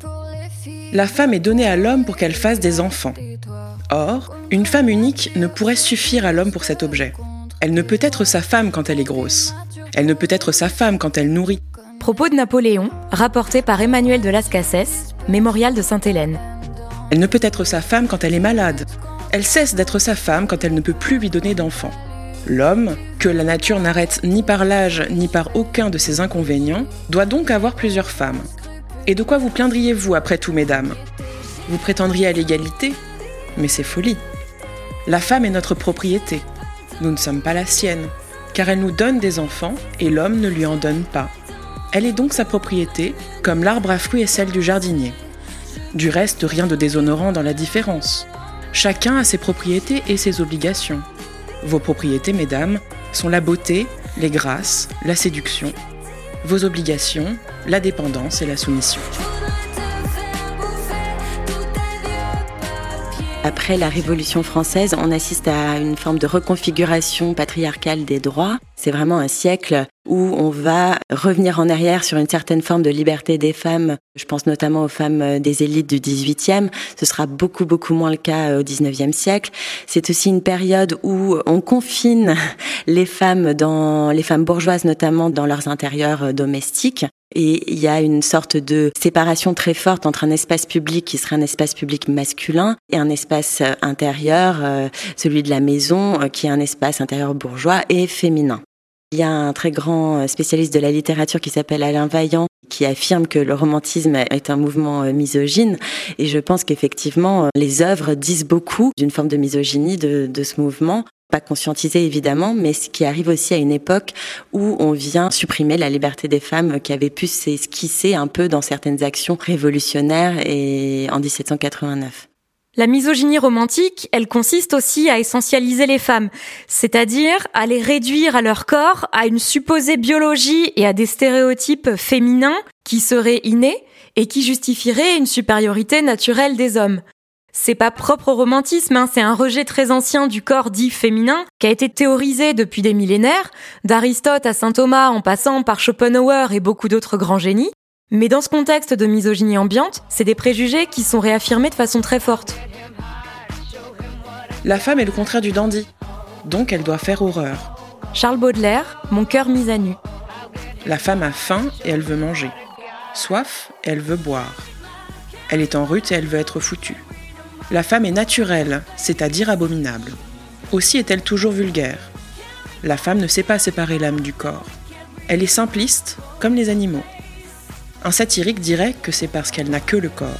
La femme est donnée à l'homme pour qu'elle fasse des enfants. Or, une femme unique ne pourrait suffire à l'homme pour cet objet. Elle ne peut être sa femme quand elle est grosse. Elle ne peut être sa femme quand elle nourrit. Propos de Napoléon, rapporté par Emmanuel de Las Cases, Mémorial de Sainte-Hélène. Elle ne peut être sa femme quand elle est malade. Elle cesse d'être sa femme quand elle ne peut plus lui donner d'enfants. L'homme, que la nature n'arrête ni par l'âge ni par aucun de ses inconvénients, doit donc avoir plusieurs femmes. Et de quoi vous plaindriez-vous après tout, mesdames ? Vous prétendriez à l'égalité ? Mais c'est folie. La femme est notre propriété. Nous ne sommes pas la sienne, car elle nous donne des enfants et l'homme ne lui en donne pas. Elle est donc sa propriété, comme l'arbre à fruits est celle du jardinier. Du reste, rien de déshonorant dans la différence. Chacun a ses propriétés et ses obligations. Vos propriétés, mesdames, sont la beauté, les grâces, la séduction. Vos obligations, la dépendance et la soumission. Après la Révolution française, on assiste à une forme de reconfiguration patriarcale des droits. C'est vraiment un siècle où on va revenir en arrière sur une certaine forme de liberté des femmes. Je pense notamment aux femmes des élites du XVIIIe. Ce sera beaucoup moins le cas au XIXe siècle. C'est aussi une période où on confine les femmes bourgeoises notamment dans leurs intérieurs domestiques. Et il y a une sorte de séparation très forte entre un espace public qui serait un espace public masculin et un espace intérieur, celui de la maison, qui est un espace intérieur bourgeois et féminin. Il y a un très grand spécialiste de la littérature qui s'appelle Alain Vaillant qui affirme que le romantisme est un mouvement misogyne et je pense qu'effectivement les œuvres disent beaucoup d'une forme de misogynie de ce mouvement. Pas conscientisé évidemment, mais ce qui arrive aussi à une époque où on vient supprimer la liberté des femmes qui avait pu s'esquisser un peu dans certaines actions révolutionnaires et en 1789. La misogynie romantique, elle consiste aussi à essentialiser les femmes, c'est-à-dire à les réduire à leur corps, à une supposée biologie et à des stéréotypes féminins qui seraient innés et qui justifieraient une supériorité naturelle des hommes. C'est pas propre au romantisme, c'est un rejet très ancien du corps dit féminin qui a été théorisé depuis des millénaires, d'Aristote à saint Thomas en passant par Schopenhauer et beaucoup d'autres grands génies. Mais dans ce contexte de misogynie ambiante, c'est des préjugés qui sont réaffirmés de façon très forte. La femme est le contraire du dandy, donc elle doit faire horreur. Charles Baudelaire, Mon cœur mis à nu. La femme a faim et elle veut manger. Soif et elle veut boire. Elle est en rut et elle veut être foutue. La femme est naturelle, c'est-à-dire abominable. Aussi est-elle toujours vulgaire. La femme ne sait pas séparer l'âme du corps. Elle est simpliste, comme les animaux. Un satirique dirait que c'est parce qu'elle n'a que le corps.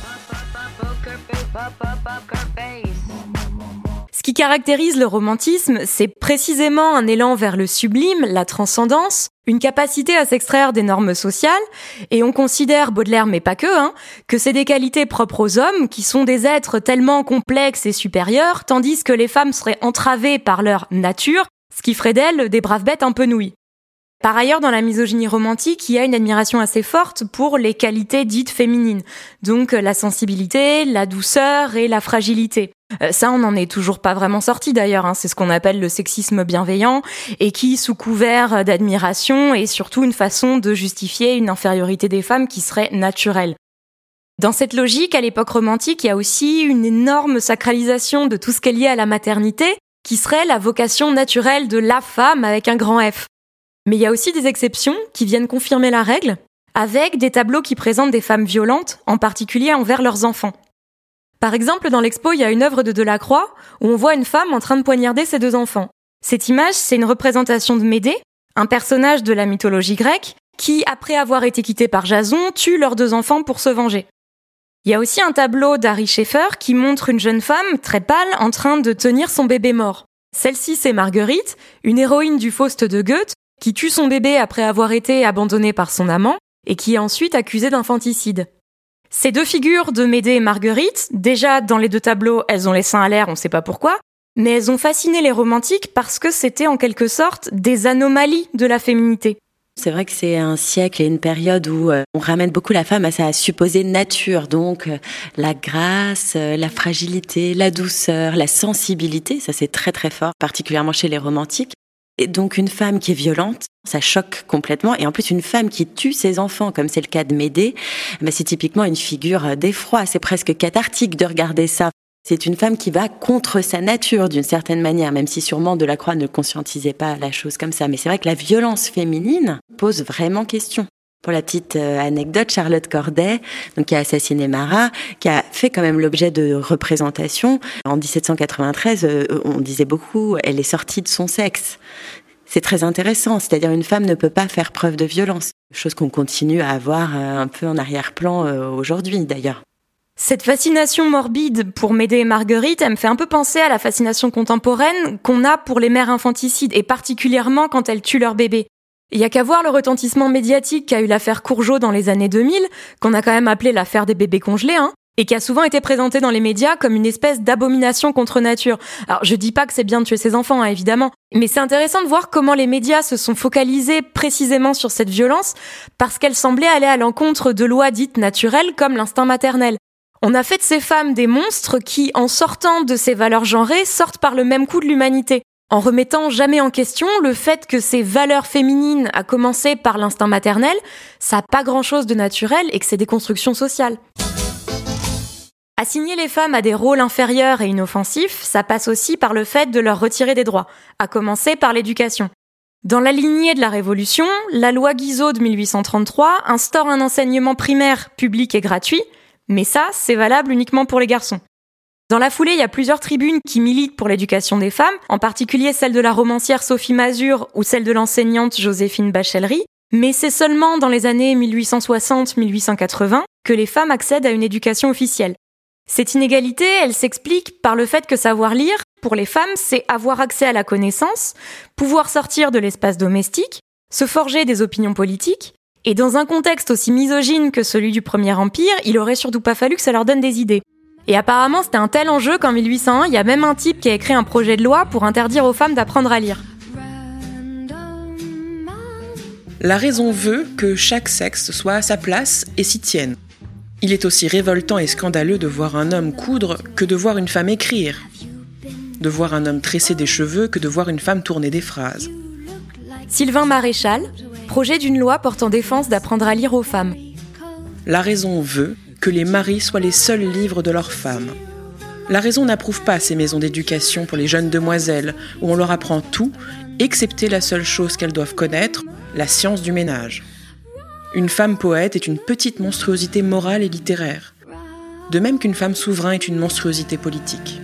Ce qui caractérise le romantisme, c'est précisément un élan vers le sublime, la transcendance, une capacité à s'extraire des normes sociales, et on considère, Baudelaire mais pas que c'est des qualités propres aux hommes, qui sont des êtres tellement complexes et supérieurs, tandis que les femmes seraient entravées par leur nature, ce qui ferait d'elles des braves bêtes un peu nouilles. Par ailleurs, dans la misogynie romantique, il y a une admiration assez forte pour les qualités dites féminines, donc la sensibilité, la douceur et la fragilité. Ça, on n'en est toujours pas vraiment sorti d'ailleurs, c'est ce qu'on appelle le sexisme bienveillant, et qui, sous couvert d'admiration, est surtout une façon de justifier une infériorité des femmes qui serait naturelle. Dans cette logique, à l'époque romantique, il y a aussi une énorme sacralisation de tout ce qui est lié à la maternité, qui serait la vocation naturelle de la femme avec un grand F. Mais il y a aussi des exceptions qui viennent confirmer la règle, avec des tableaux qui présentent des femmes violentes, en particulier envers leurs enfants. Par exemple, dans l'expo, il y a une œuvre de Delacroix où on voit une femme en train de poignarder ses 2 enfants. Cette image, c'est une représentation de Médée, un personnage de la mythologie grecque, qui, après avoir été quitté par Jason, tue leurs 2 enfants pour se venger. Il y a aussi un tableau d'Ary Scheffer qui montre une jeune femme, très pâle, en train de tenir son bébé mort. Celle-ci, c'est Marguerite, une héroïne du Faust de Goethe, qui tue son bébé après avoir été abandonnée par son amant, et qui est ensuite accusée d'infanticide. Ces 2 figures de Médée et Marguerite, déjà dans les 2 tableaux, elles ont les seins à l'air, on ne sait pas pourquoi, mais elles ont fasciné les romantiques parce que c'était en quelque sorte des anomalies de la féminité. C'est vrai que c'est un siècle et une période où on ramène beaucoup la femme à sa supposée nature, donc la grâce, la fragilité, la douceur, la sensibilité, ça c'est très très fort, particulièrement chez les romantiques. Et donc une femme qui est violente, ça choque complètement. Et en plus, une femme qui tue ses enfants, comme c'est le cas de Médée, c'est typiquement une figure d'effroi. C'est presque cathartique de regarder ça. C'est une femme qui va contre sa nature d'une certaine manière, même si sûrement Delacroix ne conscientisait pas la chose comme ça. Mais c'est vrai que la violence féminine pose vraiment question. Pour la petite anecdote, Charlotte Corday, donc qui a assassiné Marat, qui a fait quand même l'objet de représentations. En 1793, on disait beaucoup, elle est sortie de son sexe. C'est très intéressant, c'est-à-dire une femme ne peut pas faire preuve de violence, chose qu'on continue à avoir un peu en arrière-plan aujourd'hui d'ailleurs. Cette fascination morbide pour Médée et Marguerite, elle me fait un peu penser à la fascination contemporaine qu'on a pour les mères infanticides, et particulièrement quand elles tuent leur bébé. Il y a qu'à voir le retentissement médiatique qu'a eu l'affaire Courgeot dans les années 2000, qu'on a quand même appelé l'affaire des bébés congelés, et qui a souvent été présentée dans les médias comme une espèce d'abomination contre nature. Alors, je dis pas que c'est bien de tuer ses enfants, évidemment, mais c'est intéressant de voir comment les médias se sont focalisés précisément sur cette violence, parce qu'elle semblait aller à l'encontre de lois dites naturelles comme l'instinct maternel. On a fait de ces femmes des monstres qui, en sortant de ces valeurs genrées, sortent par le même coup de l'humanité, en remettant jamais en question le fait que ces valeurs féminines, à commencer par l'instinct maternel, ça n'a pas grand-chose de naturel et que c'est des constructions sociales. Assigner les femmes à des rôles inférieurs et inoffensifs, ça passe aussi par le fait de leur retirer des droits, à commencer par l'éducation. Dans la lignée de la Révolution, la loi Guizot de 1833 instaure un enseignement primaire public et gratuit, mais ça, c'est valable uniquement pour les garçons. Dans la foulée, il y a plusieurs tribunes qui militent pour l'éducation des femmes, en particulier celle de la romancière Sophie Mazur ou celle de l'enseignante Joséphine Bachellery, mais c'est seulement dans les années 1860-1880 que les femmes accèdent à une éducation officielle. Cette inégalité, elle s'explique par le fait que savoir lire, pour les femmes, c'est avoir accès à la connaissance, pouvoir sortir de l'espace domestique, se forger des opinions politiques, et dans un contexte aussi misogyne que celui du Premier Empire, il aurait surtout pas fallu que ça leur donne des idées. Et apparemment, c'était un tel enjeu qu'en 1801, il y a même un type qui a écrit un projet de loi pour interdire aux femmes d'apprendre à lire. La raison veut que chaque sexe soit à sa place et s'y tienne. Il est aussi révoltant et scandaleux de voir un homme coudre que de voir une femme écrire, de voir un homme tresser des cheveux que de voir une femme tourner des phrases. Sylvain Maréchal, projet d'une loi portant défense d'apprendre à lire aux femmes. La raison veut que les maris soient les seuls livres de leurs femmes. La raison n'approuve pas ces maisons d'éducation pour les jeunes demoiselles où on leur apprend tout, excepté la seule chose qu'elles doivent connaître, la science du ménage. Une femme poète est une petite monstruosité morale et littéraire, de même qu'une femme souverain est une monstruosité politique.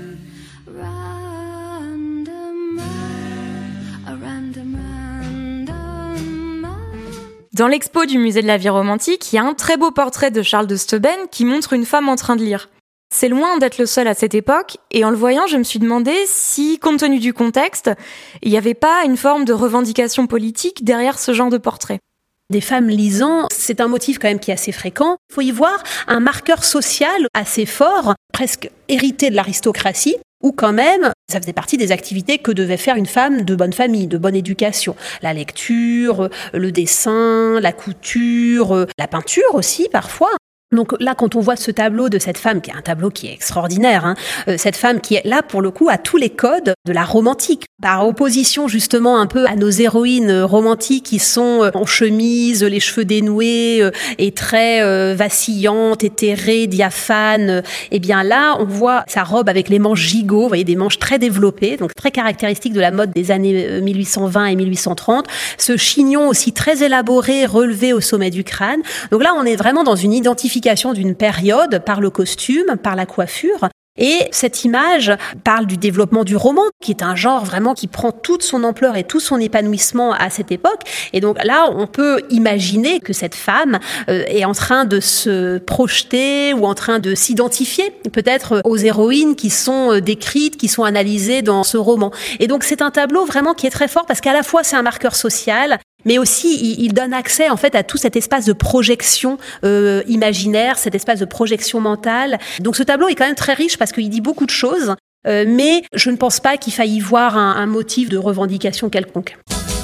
Dans l'expo du musée de la vie romantique, il y a un très beau portrait de Charles de Steuben qui montre une femme en train de lire. C'est loin d'être le seul à cette époque, et en le voyant, je me suis demandé si, compte tenu du contexte, il n'y avait pas une forme de revendication politique derrière ce genre de portrait. Des femmes lisant, c'est un motif quand même qui est assez fréquent. Il faut y voir un marqueur social assez fort, presque hérité de l'aristocratie, où quand même, ça faisait partie des activités que devait faire une femme de bonne famille, de bonne éducation. La lecture, le dessin, la couture, la peinture aussi parfois. Donc là, quand on voit ce tableau de cette femme, qui est un tableau qui est extraordinaire, cette femme qui est là, pour le coup, à tous les codes de la romantique, par opposition justement un peu à nos héroïnes romantiques qui sont en chemise, les cheveux dénoués et très vacillantes, éthérées, diaphanes. Et bien là, on voit sa robe avec les manches gigots, vous voyez, des manches très développées, donc très caractéristique de la mode des années 1820 et 1830. Ce chignon aussi très élaboré, relevé au sommet du crâne. Donc là, on est vraiment dans une identification d'une période par le costume, par la coiffure. Et cette image parle du développement du roman, qui est un genre vraiment qui prend toute son ampleur et tout son épanouissement à cette époque. Et donc là, on peut imaginer que cette femme est en train de se projeter ou en train de s'identifier peut-être aux héroïnes qui sont décrites, qui sont analysées dans ce roman. Et donc c'est un tableau vraiment qui est très fort parce qu'à la fois c'est un marqueur social, mais aussi il donne accès en fait à tout cet espace de projection imaginaire, cet espace de projection mentale. Donc ce tableau est quand même très riche parce qu'il dit beaucoup de choses, mais je ne pense pas qu'il faille y voir un motif de revendication quelconque.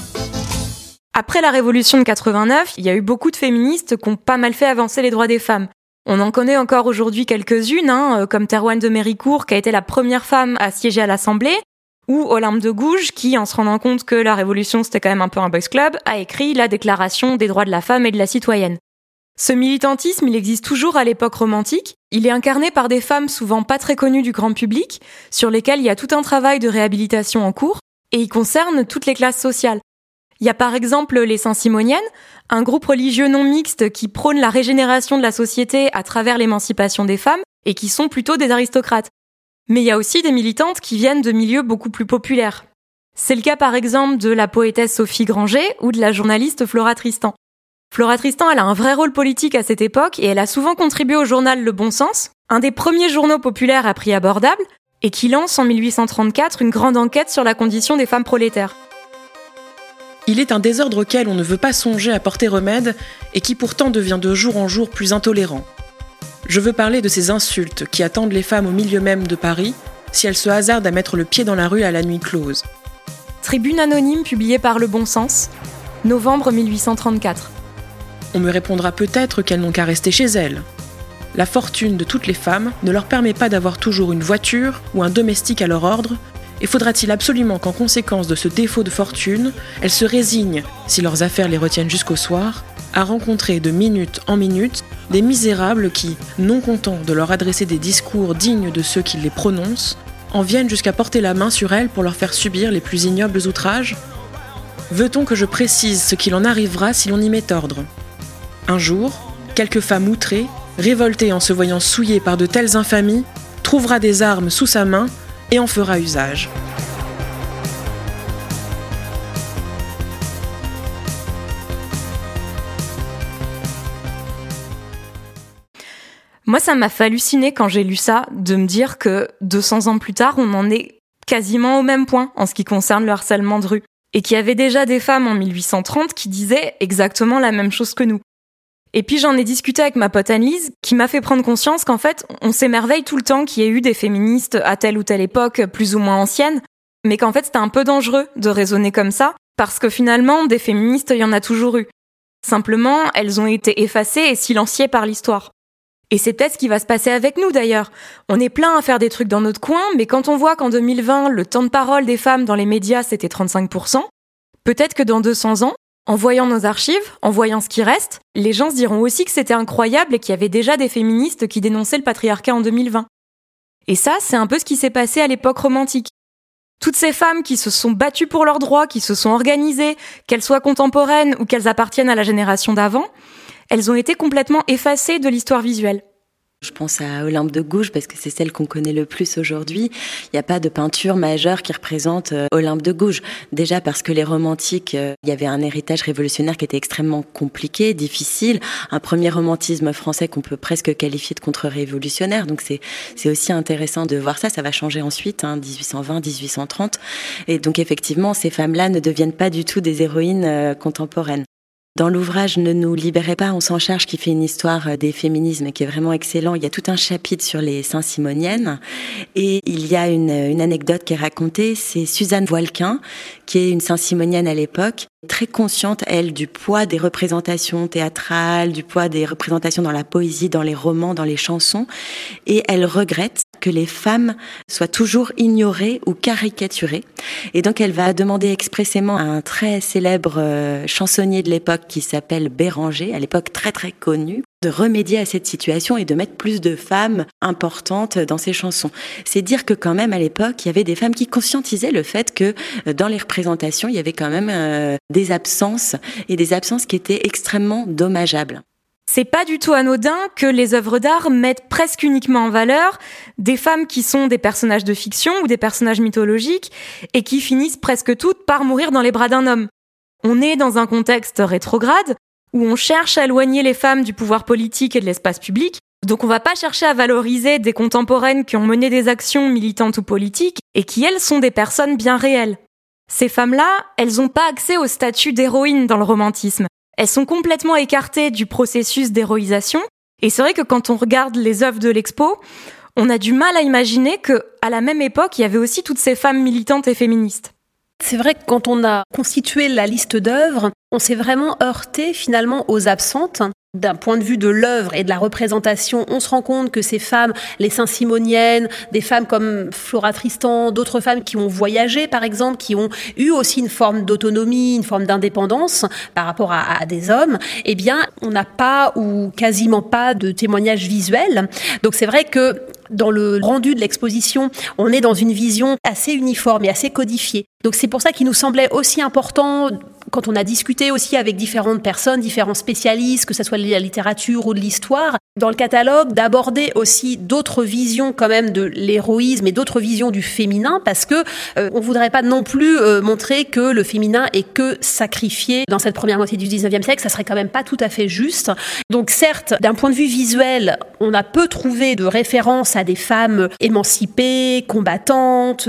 Après la Révolution de 89, il y a eu beaucoup de féministes qui ont pas mal fait avancer les droits des femmes. On en connaît encore aujourd'hui quelques-unes, comme Théroigne de Méricourt, qui a été la première femme à siéger à l'Assemblée, ou Olympe de Gouges, qui, en se rendant compte que la Révolution c'était quand même un peu un boys club, a écrit la Déclaration des droits de la femme et de la citoyenne. Ce militantisme, il existe toujours à l'époque romantique. Il est incarné par des femmes souvent pas très connues du grand public, sur lesquelles il y a tout un travail de réhabilitation en cours, et il concerne toutes les classes sociales. Il y a par exemple les Saint-Simoniennes, un groupe religieux non mixte qui prône la régénération de la société à travers l'émancipation des femmes, et qui sont plutôt des aristocrates. Mais il y a aussi des militantes qui viennent de milieux beaucoup plus populaires. C'est le cas par exemple de la poétesse Sophie Granger ou de la journaliste Flora Tristan. Flora Tristan, elle a un vrai rôle politique à cette époque et elle a souvent contribué au journal Le Bon Sens, un des premiers journaux populaires à prix abordable, et qui lance en 1834 une grande enquête sur la condition des femmes prolétaires. Il est un désordre auquel on ne veut pas songer à porter remède et qui pourtant devient de jour en jour plus intolérant. Je veux parler de ces insultes qui attendent les femmes au milieu même de Paris si elles se hasardent à mettre le pied dans la rue à la nuit close. Tribune anonyme publiée par Le Bon Sens, novembre 1834. On me répondra peut-être qu'elles n'ont qu'à rester chez elles. La fortune de toutes les femmes ne leur permet pas d'avoir toujours une voiture ou un domestique à leur ordre, et faudra-t-il absolument qu'en conséquence de ce défaut de fortune, elles se résignent, si leurs affaires les retiennent jusqu'au soir, à rencontrer de minute en minute des misérables qui, non contents de leur adresser des discours dignes de ceux qui les prononcent, en viennent jusqu'à porter la main sur elles pour leur faire subir les plus ignobles outrages ? Veut-on que je précise ce qu'il en arrivera si l'on y met ordre ? Un jour, quelque femme outrée, révoltée en se voyant souillée par de telles infamies, trouvera des armes sous sa main et en fera usage. Moi, ça m'a fait halluciner quand j'ai lu ça, de me dire que 200 ans plus tard, on en est quasiment au même point en ce qui concerne le harcèlement de rue. Et qu'il y avait déjà des femmes en 1830 qui disaient exactement la même chose que nous. Et puis j'en ai discuté avec ma pote Annelise, qui m'a fait prendre conscience qu'en fait, on s'émerveille tout le temps qu'il y ait eu des féministes à telle ou telle époque, plus ou moins anciennes, mais qu'en fait c'était un peu dangereux de raisonner comme ça, parce que finalement, des féministes, il y en a toujours eu. Simplement, elles ont été effacées et silenciées par l'histoire. Et c'est peut-être ce qui va se passer avec nous d'ailleurs. On est plein à faire des trucs dans notre coin, mais quand on voit qu'en 2020, le temps de parole des femmes dans les médias, c'était 35%, peut-être que dans 200 ans, en voyant nos archives, en voyant ce qui reste, les gens se diront aussi que c'était incroyable et qu'il y avait déjà des féministes qui dénonçaient le patriarcat en 2020. Et ça, c'est un peu ce qui s'est passé à l'époque romantique. Toutes ces femmes qui se sont battues pour leurs droits, qui se sont organisées, qu'elles soient contemporaines ou qu'elles appartiennent à la génération d'avant, elles ont été complètement effacées de l'histoire visuelle. Je pense à Olympe de Gouges parce que c'est celle qu'on connaît le plus aujourd'hui. Il n'y a pas de peinture majeure qui représente Olympe de Gouges. Déjà parce que les romantiques, il y avait un héritage révolutionnaire qui était extrêmement compliqué, difficile. Un premier romantisme français qu'on peut presque qualifier de contre-révolutionnaire. Donc c'est aussi intéressant de voir ça. Ça va changer ensuite, 1820, 1830. Et donc effectivement, ces femmes-là ne deviennent pas du tout des héroïnes contemporaines. Dans l'ouvrage « Ne nous libérez pas, on s'en charge » qui fait une histoire des féminismes qui est vraiment excellent, il y a tout un chapitre sur les Saint-Simoniennes et il y a une anecdote qui est racontée, c'est Suzanne Voilquin qui est une Saint-Simonienne à l'époque, très consciente, elle, du poids des représentations théâtrales, du poids des représentations dans la poésie, dans les romans, dans les chansons et elle regrette que les femmes soient toujours ignorées ou caricaturées. Et donc, elle va demander expressément à un très célèbre chansonnier de l'époque qui s'appelle Béranger, à l'époque très très connu, de remédier à cette situation et de mettre plus de femmes importantes dans ses chansons. C'est dire que quand même, à l'époque, il y avait des femmes qui conscientisaient le fait que dans les représentations, il y avait quand même des absences et des absences qui étaient extrêmement dommageables. C'est pas du tout anodin que les œuvres d'art mettent presque uniquement en valeur des femmes qui sont des personnages de fiction ou des personnages mythologiques et qui finissent presque toutes par mourir dans les bras d'un homme. On est dans un contexte rétrograde où on cherche à éloigner les femmes du pouvoir politique et de l'espace public, donc on va pas chercher à valoriser des contemporaines qui ont mené des actions militantes ou politiques et qui, elles, sont des personnes bien réelles. Ces femmes-là, elles ont pas accès au statut d'héroïne dans le romantisme. Elles sont complètement écartées du processus d'héroïsation. Et c'est vrai que quand on regarde les œuvres de l'Expo, on a du mal à imaginer qu'à la même époque, il y avait aussi toutes ces femmes militantes et féministes. C'est vrai que quand on a constitué la liste d'œuvres, on s'est vraiment heurté finalement aux absentes. D'un point de vue de l'œuvre et de la représentation, on se rend compte que ces femmes, les Saint-Simoniennes, des femmes comme Flora Tristan, d'autres femmes qui ont voyagé par exemple, qui ont eu aussi une forme d'autonomie, une forme d'indépendance par rapport à des hommes, eh bien on n'a pas ou quasiment pas de témoignages visuels. Donc c'est vrai que dans le rendu de l'exposition, on est dans une vision assez uniforme et assez codifiée. Donc c'est pour ça qu'il nous semblait aussi important, quand on a discuté aussi avec différentes personnes, différents spécialistes, que ce soit de la littérature ou de l'histoire, dans le catalogue, d'aborder aussi d'autres visions quand même de l'héroïsme et d'autres visions du féminin, parce que on voudrait pas non plus montrer que le féminin est que sacrifié dans cette première moitié du 19e siècle, ça serait quand même pas tout à fait juste. Donc certes, d'un point de vue visuel, on a peu trouvé de références à des femmes émancipées, combattantes,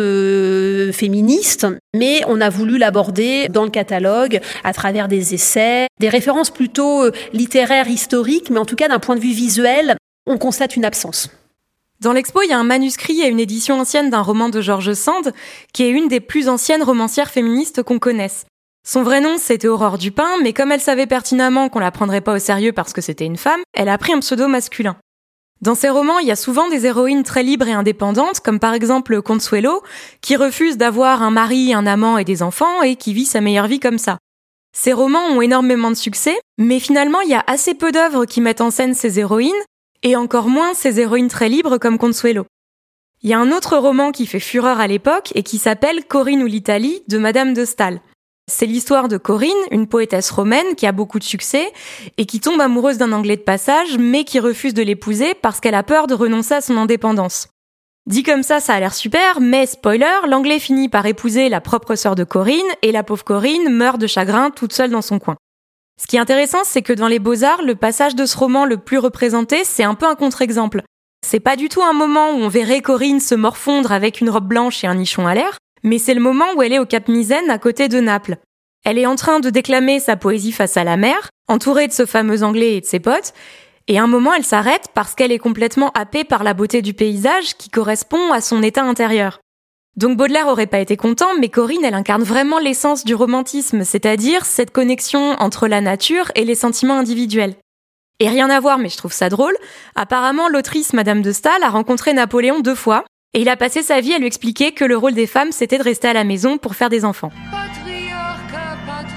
féministes, mais on a voulu l'aborder dans le catalogue à travers des essais, des références plutôt littéraires, historiques, mais en tout cas d'un point de vue visuel, on constate une absence. Dans l'expo, il y a un manuscrit et une édition ancienne d'un roman de George Sand, qui est une des plus anciennes romancières féministes qu'on connaisse. Son vrai nom, c'était Aurore Dupin, mais comme elle savait pertinemment qu'on la prendrait pas au sérieux parce que c'était une femme, elle a pris un pseudo masculin. Dans ses romans, il y a souvent des héroïnes très libres et indépendantes, comme par exemple Consuelo, qui refuse d'avoir un mari, un amant et des enfants et qui vit sa meilleure vie comme ça. Ces romans ont énormément de succès, mais finalement, il y a assez peu d'œuvres qui mettent en scène ces héroïnes, et encore moins ces héroïnes très libres comme Consuelo. Il y a un autre roman qui fait fureur à l'époque et qui s'appelle Corinne ou l'Italie de Madame de Staël. C'est l'histoire de Corinne, une poétesse romaine qui a beaucoup de succès et qui tombe amoureuse d'un Anglais de passage, mais qui refuse de l'épouser parce qu'elle a peur de renoncer à son indépendance. Dit comme ça a l'air super, mais spoiler, l'Anglais finit par épouser la propre sœur de Corinne et la pauvre Corinne meurt de chagrin toute seule dans son coin. Ce qui est intéressant, c'est que dans les Beaux-Arts, le passage de ce roman le plus représenté, c'est un peu un contre-exemple. C'est pas du tout un moment où on verrait Corinne se morfondre avec une robe blanche et un nichon à l'air, mais c'est le moment où elle est au Cap Misaine à côté de Naples. Elle est en train de déclamer sa poésie face à la mer, entourée de ce fameux Anglais et de ses potes, et à un moment elle s'arrête parce qu'elle est complètement happée par la beauté du paysage qui correspond à son état intérieur. Donc Baudelaire aurait pas été content, mais Corinne, elle incarne vraiment l'essence du romantisme, c'est-à-dire cette connexion entre la nature et les sentiments individuels. Et rien à voir, mais je trouve ça drôle, apparemment l'autrice Madame de Staël a rencontré Napoléon 2 fois, et il a passé sa vie à lui expliquer que le rôle des femmes, c'était de rester à la maison pour faire des enfants. Patriarcat,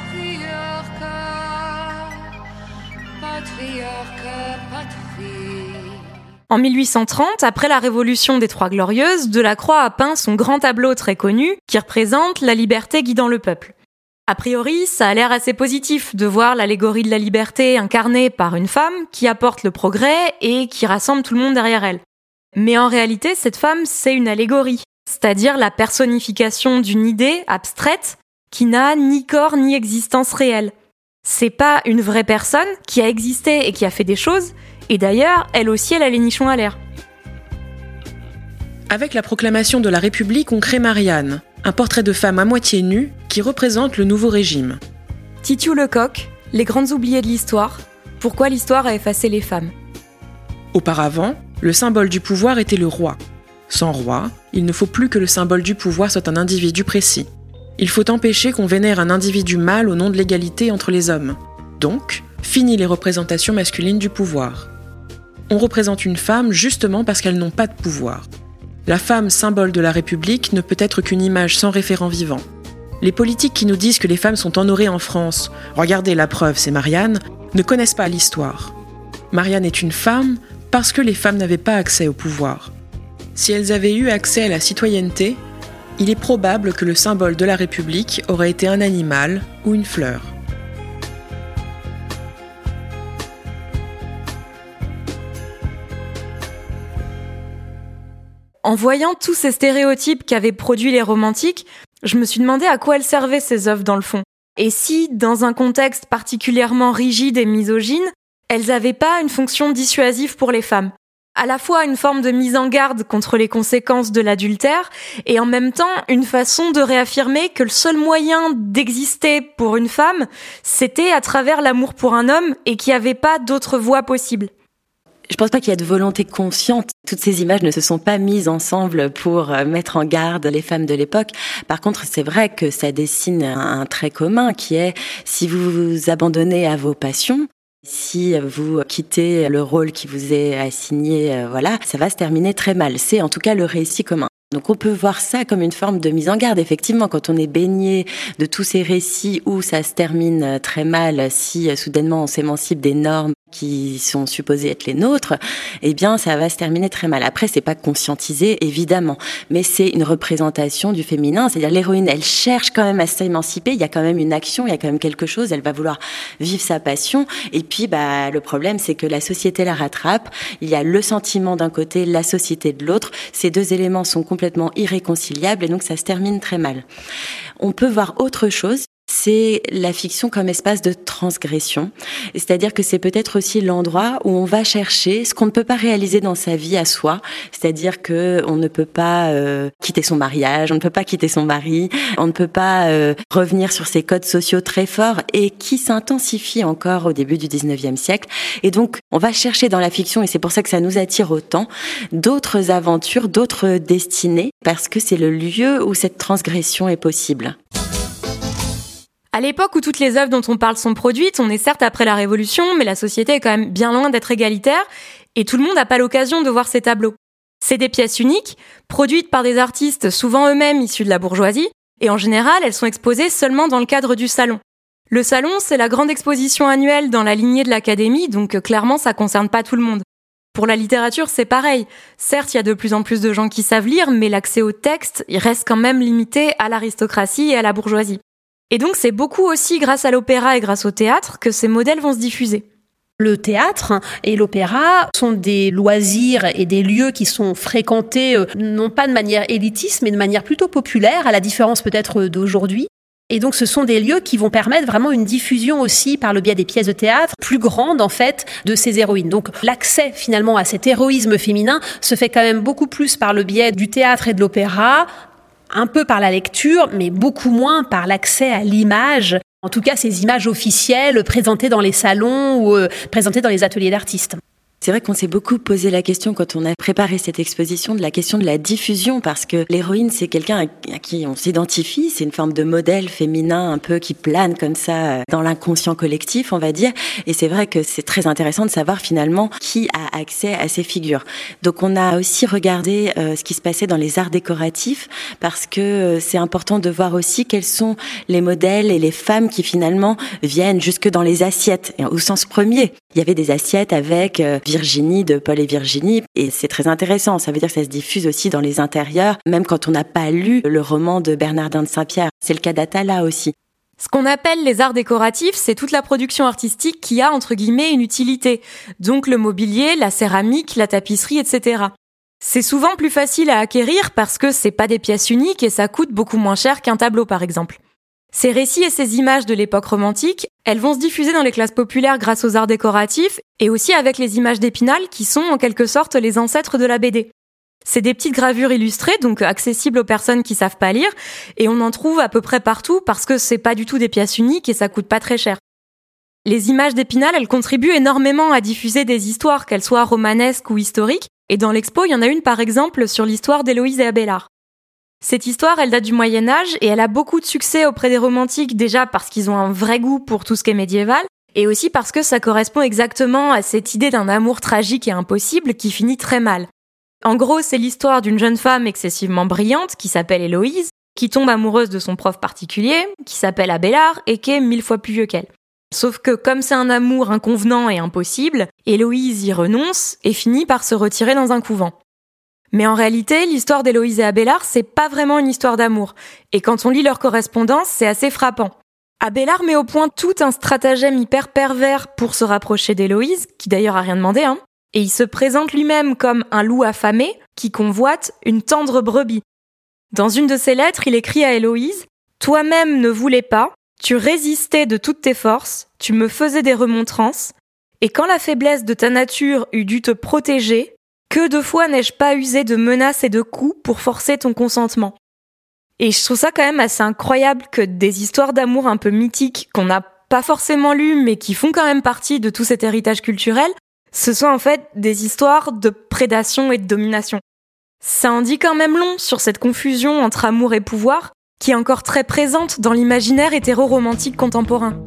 patrie. En 1830, après la Révolution des Trois Glorieuses, Delacroix a peint son grand tableau très connu qui représente la liberté guidant le peuple. A priori, ça a l'air assez positif de voir l'allégorie de la liberté incarnée par une femme qui apporte le progrès et qui rassemble tout le monde derrière elle. Mais en réalité, cette femme, c'est une allégorie, c'est-à-dire la personnification d'une idée abstraite qui n'a ni corps ni existence réelle. C'est pas une vraie personne qui a existé et qui a fait des choses, et d'ailleurs, elle aussi, elle a les nichons à l'air. Avec la proclamation de la République, on crée Marianne, un portrait de femme à moitié nue qui représente le nouveau régime. Titiou Lecoq, Les grandes oubliées de l'histoire, pourquoi l'histoire a effacé les femmes. Auparavant, le symbole du pouvoir était le roi. Sans roi, il ne faut plus que le symbole du pouvoir soit un individu précis. Il faut empêcher qu'on vénère un individu mâle au nom de l'égalité entre les hommes. Donc, fini les représentations masculines du pouvoir. On représente une femme justement parce qu'elles n'ont pas de pouvoir. La femme, symbole de la République, ne peut être qu'une image sans référent vivant. Les politiques qui nous disent que les femmes sont honorées en France, regardez la preuve, c'est Marianne, ne connaissent pas l'histoire. Marianne est une femme parce que les femmes n'avaient pas accès au pouvoir. Si elles avaient eu accès à la citoyenneté, il est probable que le symbole de la République aurait été un animal ou une fleur. En voyant tous ces stéréotypes qu'avaient produits les romantiques, je me suis demandé à quoi elles servaient ces œuvres dans le fond. Et si, dans un contexte particulièrement rigide et misogyne, elles n'avaient pas une fonction dissuasive pour les femmes. À la fois une forme de mise en garde contre les conséquences de l'adultère et en même temps une façon de réaffirmer que le seul moyen d'exister pour une femme, c'était à travers l'amour pour un homme et qu'il n'y avait pas d'autre voie possible. Je pense pas qu'il y ait de volonté consciente. Toutes ces images ne se sont pas mises ensemble pour mettre en garde les femmes de l'époque. Par contre, c'est vrai que ça dessine un trait commun qui est si vous vous abandonnez à vos passions, si vous quittez le rôle qui vous est assigné, ça va se terminer très mal. C'est en tout cas le récit commun. Donc on peut voir ça comme une forme de mise en garde. Effectivement, quand on est baigné de tous ces récits où ça se termine très mal, si soudainement on s'émancipe des normes qui sont supposées être les nôtres, eh bien ça va se terminer très mal. Après, c'est pas conscientisé, évidemment, mais c'est une représentation du féminin. C'est-à-dire l'héroïne, elle cherche quand même à s'émanciper, il y a quand même une action, il y a quand même quelque chose, elle va vouloir vivre sa passion, et puis le problème, c'est que la société la rattrape, il y a le sentiment d'un côté, la société de l'autre, ces deux éléments sont complètement irréconciliables, et donc ça se termine très mal. On peut voir autre chose, c'est la fiction comme espace de transgression. C'est-à-dire que c'est peut-être aussi l'endroit où on va chercher ce qu'on ne peut pas réaliser dans sa vie à soi. C'est-à-dire que on ne peut pas quitter son mariage, on ne peut pas quitter son mari, on ne peut pas revenir sur ces codes sociaux très forts et qui s'intensifient encore au début du 19e siècle. Et donc, on va chercher dans la fiction, et c'est pour ça que ça nous attire autant, d'autres aventures, d'autres destinées, parce que c'est le lieu où cette transgression est possible. À l'époque où toutes les œuvres dont on parle sont produites, on est certes après la Révolution, mais la société est quand même bien loin d'être égalitaire, et tout le monde n'a pas l'occasion de voir ces tableaux. C'est des pièces uniques, produites par des artistes souvent eux-mêmes issus de la bourgeoisie, et en général, elles sont exposées seulement dans le cadre du salon. Le salon, c'est la grande exposition annuelle dans la lignée de l'Académie, donc clairement, ça concerne pas tout le monde. Pour la littérature, c'est pareil. Certes, il y a de plus en plus de gens qui savent lire, mais l'accès au texte, il reste quand même limité à l'aristocratie et à la bourgeoisie. Et donc, c'est beaucoup aussi grâce à l'opéra et grâce au théâtre que ces modèles vont se diffuser. Le théâtre et l'opéra sont des loisirs et des lieux qui sont fréquentés non pas de manière élitiste, mais de manière plutôt populaire, à la différence peut-être d'aujourd'hui. Et donc, ce sont des lieux qui vont permettre vraiment une diffusion aussi par le biais des pièces de théâtre plus grande, en fait, de ces héroïnes. Donc, l'accès, finalement, à cet héroïsme féminin se fait quand même beaucoup plus par le biais du théâtre et de l'opéra, un peu par la lecture, mais beaucoup moins par l'accès à l'image. En tout cas, ces images officielles présentées dans les salons ou présentées dans les ateliers d'artistes. C'est vrai qu'on s'est beaucoup posé la question quand on a préparé cette exposition de la question de la diffusion, parce que l'héroïne, c'est quelqu'un à qui on s'identifie, c'est une forme de modèle féminin un peu qui plane comme ça dans l'inconscient collectif, on va dire, et c'est vrai que c'est très intéressant de savoir finalement qui a accès à ces figures. Donc on a aussi regardé ce qui se passait dans les arts décoratifs, parce que c'est important de voir aussi quels sont les modèles et les femmes qui finalement viennent jusque dans les assiettes, au sens premier. Il y avait des assiettes avec Virginie de Paul et Virginie, et c'est très intéressant. Ça veut dire que ça se diffuse aussi dans les intérieurs, même quand on n'a pas lu le roman de Bernardin de Saint-Pierre. C'est le cas d'Atala aussi. Ce qu'on appelle les arts décoratifs, c'est toute la production artistique qui a, entre guillemets, une utilité. Donc le mobilier, la céramique, la tapisserie, etc. C'est souvent plus facile à acquérir parce que c'est pas des pièces uniques et ça coûte beaucoup moins cher qu'un tableau, par exemple. Ces récits et ces images de l'époque romantique, elles vont se diffuser dans les classes populaires grâce aux arts décoratifs et aussi avec les images d'Épinal qui sont en quelque sorte les ancêtres de la BD. C'est des petites gravures illustrées, donc accessibles aux personnes qui savent pas lire, et on en trouve à peu près partout parce que c'est pas du tout des pièces uniques et ça coûte pas très cher. Les images d'Épinal, elles contribuent énormément à diffuser des histoires, qu'elles soient romanesques ou historiques, et dans l'expo, il y en a une par exemple sur l'histoire d'Héloïse et Abélard. Cette histoire, elle date du Moyen-Âge et elle a beaucoup de succès auprès des romantiques, déjà parce qu'ils ont un vrai goût pour tout ce qui est médiéval, et aussi parce que ça correspond exactement à cette idée d'un amour tragique et impossible qui finit très mal. En gros, c'est l'histoire d'une jeune femme excessivement brillante qui s'appelle Héloïse, qui tombe amoureuse de son prof particulier, qui s'appelle Abélard et qui est 1000 fois plus vieux qu'elle. Sauf que comme c'est un amour inconvenant et impossible, Héloïse y renonce et finit par se retirer dans un couvent. Mais en réalité, l'histoire d'Héloïse et Abélard, c'est pas vraiment une histoire d'amour. Et quand on lit leur correspondance, c'est assez frappant. Abélard met au point tout un stratagème hyper pervers pour se rapprocher d'Héloïse, qui d'ailleurs a rien demandé, et il se présente lui-même comme un loup affamé qui convoite une tendre brebis. Dans une de ses lettres, il écrit à Héloïse « Toi-même ne voulais pas, tu résistais de toutes tes forces, tu me faisais des remontrances, et quand la faiblesse de ta nature eut dû te protéger, que de fois n'ai-je pas usé de menaces et de coups pour forcer ton consentement ?» Et je trouve ça quand même assez incroyable que des histoires d'amour un peu mythiques qu'on n'a pas forcément lues mais qui font quand même partie de tout cet héritage culturel, ce sont en fait des histoires de prédation et de domination. Ça en dit quand même long sur cette confusion entre amour et pouvoir qui est encore très présente dans l'imaginaire hétéro-romantique contemporain.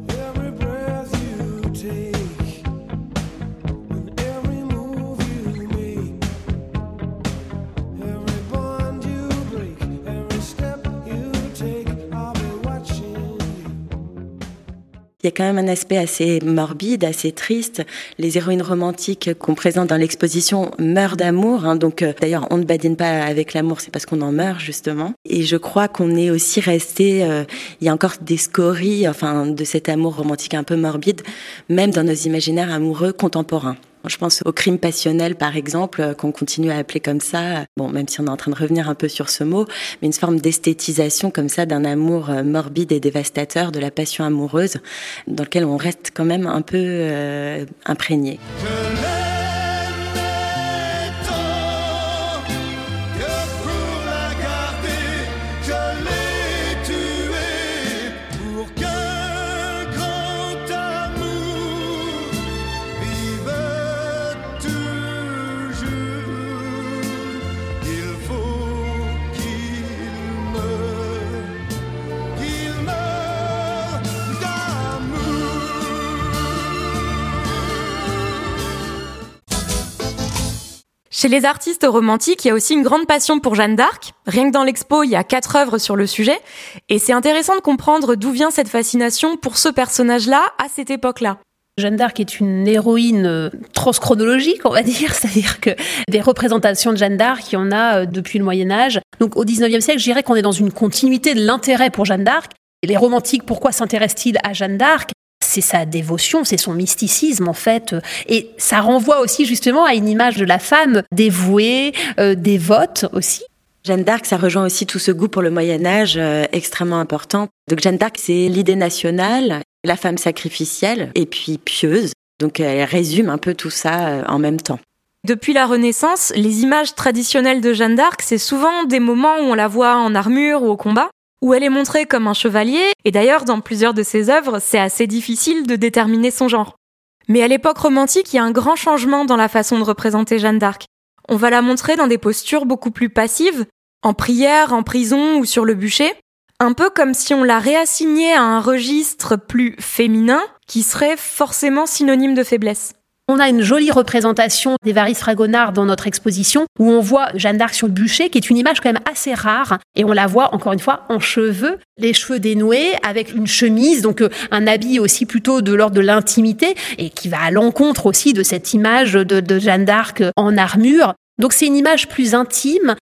Il y a quand même un aspect assez morbide, assez triste. Les héroïnes romantiques qu'on présente dans l'exposition meurent d'amour. Donc, d'ailleurs, on ne badine pas avec l'amour, c'est parce qu'on en meurt, justement. Et je crois qu'on est aussi resté... il y a encore des scories de cet amour romantique un peu morbide, même dans nos imaginaires amoureux contemporains. Je pense au crime passionnel, par exemple, qu'on continue à appeler comme ça. Bon, même si on est en train de revenir un peu sur ce mot, mais une forme d'esthétisation comme ça d'un amour morbide et dévastateur, de la passion amoureuse, dans lequel on reste quand même un peu imprégné. Chez les artistes romantiques, il y a aussi une grande passion pour Jeanne d'Arc. Rien que dans l'expo, il y a 4 œuvres sur le sujet. Et c'est intéressant de comprendre d'où vient cette fascination pour ce personnage-là à cette époque-là. Jeanne d'Arc est une héroïne transchronologique, on va dire, c'est-à-dire que des représentations de Jeanne d'Arc, il y en a depuis le Moyen-Âge. Donc au XIXe siècle, je dirais qu'on est dans une continuité de l'intérêt pour Jeanne d'Arc. Et les romantiques, pourquoi s'intéressent-ils à Jeanne d'Arc ? C'est sa dévotion, c'est son mysticisme en fait. Et ça renvoie aussi justement à une image de la femme dévouée, dévote aussi. Jeanne d'Arc, ça rejoint aussi tout ce goût pour le Moyen-Âge extrêmement important. Donc Jeanne d'Arc, c'est l'idée nationale, la femme sacrificielle et puis pieuse. Donc elle résume un peu tout ça en même temps. Depuis la Renaissance, les images traditionnelles de Jeanne d'Arc, c'est souvent des moments où on la voit en armure ou au combat, où elle est montrée comme un chevalier, et d'ailleurs dans plusieurs de ses œuvres, c'est assez difficile de déterminer son genre. Mais à l'époque romantique, il y a un grand changement dans la façon de représenter Jeanne d'Arc. On va la montrer dans des postures beaucoup plus passives, en prière, en prison ou sur le bûcher, un peu comme si on la réassignait à un registre plus féminin, qui serait forcément synonyme de faiblesse. On a une jolie représentation d'Évariste Fragonard dans notre exposition où on voit Jeanne d'Arc sur le bûcher, qui est une image quand même assez rare. Et on la voit, encore une fois, en cheveux, les cheveux dénoués, avec une chemise, donc un habit aussi plutôt de l'ordre de l'intimité, et qui va à l'encontre aussi de cette image de Jeanne d'Arc en armure. Donc c'est une image plus intime.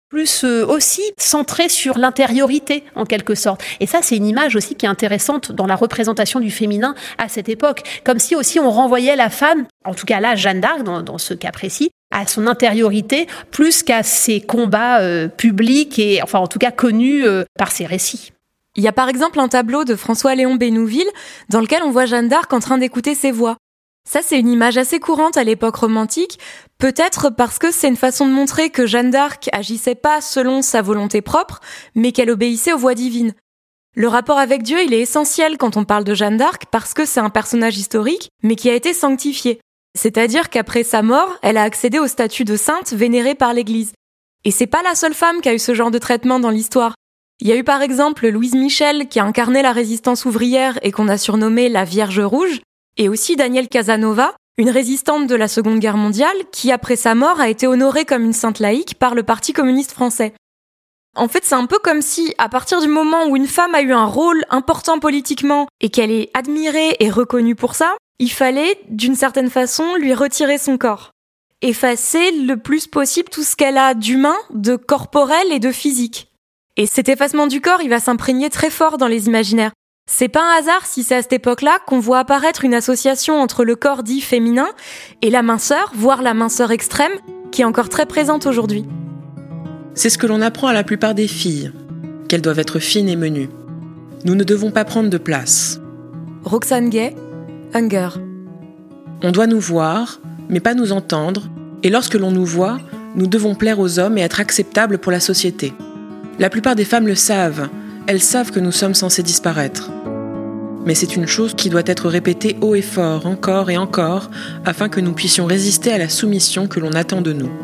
plus aussi centrée sur l'intériorité, en quelque sorte. Et ça, c'est une image aussi qui est intéressante dans la représentation du féminin à cette époque. Comme si aussi on renvoyait la femme, en tout cas là, Jeanne d'Arc, dans ce cas précis, à son intériorité, plus qu'à ses combats publics et, enfin, en tout cas, connus par ses récits. Il y a par exemple un tableau de François-Léon Bénouville dans lequel on voit Jeanne d'Arc en train d'écouter ses voix. Ça, c'est une image assez courante à l'époque romantique, peut-être parce que c'est une façon de montrer que Jeanne d'Arc agissait pas selon sa volonté propre, mais qu'elle obéissait aux voies divines. Le rapport avec Dieu, il est essentiel quand on parle de Jeanne d'Arc parce que c'est un personnage historique, mais qui a été sanctifié. C'est-à-dire qu'après sa mort, elle a accédé au statut de sainte vénérée par l'Église. Et c'est pas la seule femme qui a eu ce genre de traitement dans l'histoire. Il y a eu par exemple Louise Michel qui a incarné la résistance ouvrière et qu'on a surnommée la Vierge Rouge, et aussi Danielle Casanova, une résistante de la Seconde Guerre mondiale qui, après sa mort, a été honorée comme une sainte laïque par le Parti communiste français. En fait, c'est un peu comme si, à partir du moment où une femme a eu un rôle important politiquement et qu'elle est admirée et reconnue pour ça, il fallait, d'une certaine façon, lui retirer son corps. Effacer le plus possible tout ce qu'elle a d'humain, de corporel et de physique. Et cet effacement du corps, il va s'imprégner très fort dans les imaginaires. C'est pas un hasard si c'est à cette époque-là qu'on voit apparaître une association entre le corps dit féminin et la minceur, voire la minceur extrême, qui est encore très présente aujourd'hui. C'est ce que l'on apprend à la plupart des filles, qu'elles doivent être fines et menues. Nous ne devons pas prendre de place. Roxane Gay, Hunger. On doit nous voir, mais pas nous entendre, et lorsque l'on nous voit, nous devons plaire aux hommes et être acceptables pour la société. La plupart des femmes le savent, elles savent que nous sommes censés disparaître. Mais c'est une chose qui doit être répétée haut et fort, encore et encore, afin que nous puissions résister à la soumission que l'on attend de nous.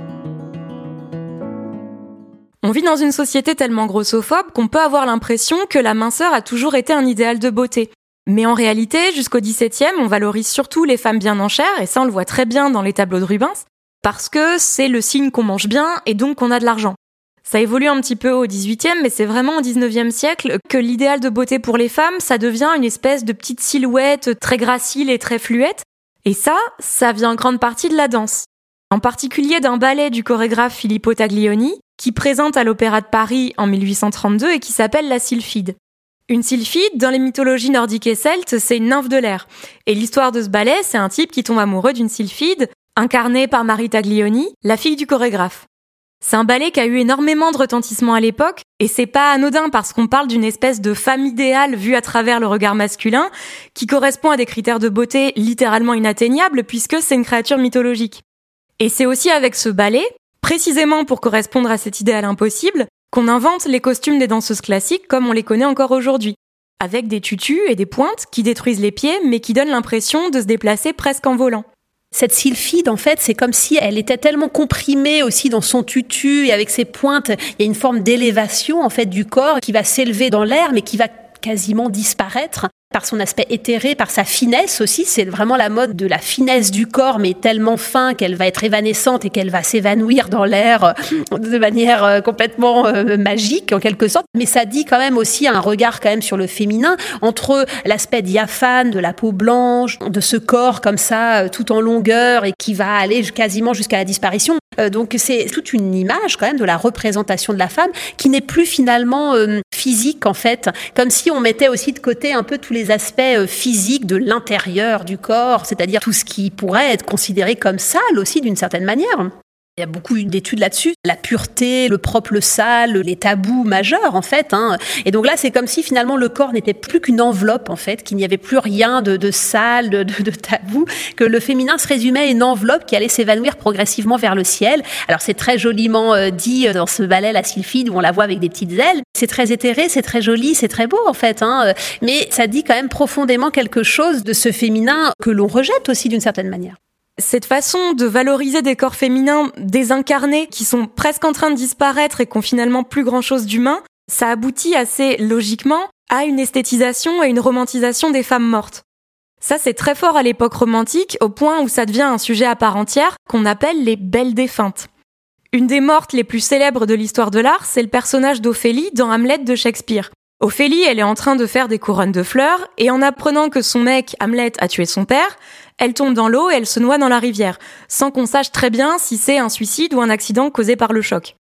On vit dans une société tellement grossophobe qu'on peut avoir l'impression que la minceur a toujours été un idéal de beauté. Mais en réalité, jusqu'au XVIIe, on valorise surtout les femmes bien en chair, et ça on le voit très bien dans les tableaux de Rubens, parce que c'est le signe qu'on mange bien et donc qu'on a de l'argent. Ça évolue un petit peu au XVIIIe, mais c'est vraiment au XIXe siècle que l'idéal de beauté pour les femmes, ça devient une espèce de petite silhouette très gracile et très fluette. Et ça vient en grande partie de la danse. En particulier d'un ballet du chorégraphe Filippo Taglioni, qui présente à l'Opéra de Paris en 1832 et qui s'appelle la Sylphide. Une sylphide, dans les mythologies nordiques et celtes, c'est une nymphe de l'air. Et l'histoire de ce ballet, c'est un type qui tombe amoureux d'une sylphide, incarnée par Marie Taglioni, la fille du chorégraphe. C'est un ballet qui a eu énormément de retentissement à l'époque, et c'est pas anodin parce qu'on parle d'une espèce de femme idéale vue à travers le regard masculin, qui correspond à des critères de beauté littéralement inatteignables puisque c'est une créature mythologique. Et c'est aussi avec ce ballet, précisément pour correspondre à cet idéal impossible, qu'on invente les costumes des danseuses classiques comme on les connaît encore aujourd'hui, avec des tutus et des pointes qui détruisent les pieds mais qui donnent l'impression de se déplacer presque en volant. Cette sylphide, en fait, c'est comme si elle était tellement comprimée aussi dans son tutu et avec ses pointes, il y a une forme d'élévation, en fait, du corps qui va s'élever dans l'air, mais qui va quasiment disparaître par son aspect éthéré, par sa finesse aussi. C'est vraiment la mode de la finesse du corps, mais tellement fin qu'elle va être évanescente et qu'elle va s'évanouir dans l'air de manière complètement magique, en quelque sorte. Mais ça dit quand même aussi un regard quand même sur le féminin, entre l'aspect diaphane de la peau blanche, de ce corps comme ça, tout en longueur et qui va aller quasiment jusqu'à la disparition. Donc c'est toute une image quand même de la représentation de la femme qui n'est plus finalement physique en fait, comme si on mettait aussi de côté un peu tous les aspects physiques de l'intérieur du corps, c'est-à-dire tout ce qui pourrait être considéré comme sale aussi d'une certaine manière. Il y a beaucoup d'études là-dessus, la pureté, le propre, le sale, les tabous majeurs en fait. Et donc là, c'est comme si finalement le corps n'était plus qu'une enveloppe en fait, qu'il n'y avait plus rien de sale, de tabou, que le féminin se résumait à une enveloppe qui allait s'évanouir progressivement vers le ciel. Alors c'est très joliment dit dans ce ballet La Sylphide où on la voit avec des petites ailes. C'est très éthéré, c'est très joli, c'est très beau en fait. Mais ça dit quand même profondément quelque chose de ce féminin que l'on rejette aussi d'une certaine manière. Cette façon de valoriser des corps féminins désincarnés qui sont presque en train de disparaître et qui ont finalement plus grand-chose d'humain, ça aboutit assez logiquement à une esthétisation et une romantisation des femmes mortes. Ça, c'est très fort à l'époque romantique, au point où ça devient un sujet à part entière qu'on appelle les belles défuntes. Une des mortes les plus célèbres de l'histoire de l'art, c'est le personnage d'Ophélie dans Hamlet de Shakespeare. Ophélie, elle est en train de faire des couronnes de fleurs, et en apprenant que son mec, Hamlet, a tué son père, elle tombe dans l'eau et elle se noie dans la rivière, sans qu'on sache très bien si c'est un suicide ou un accident causé par le choc.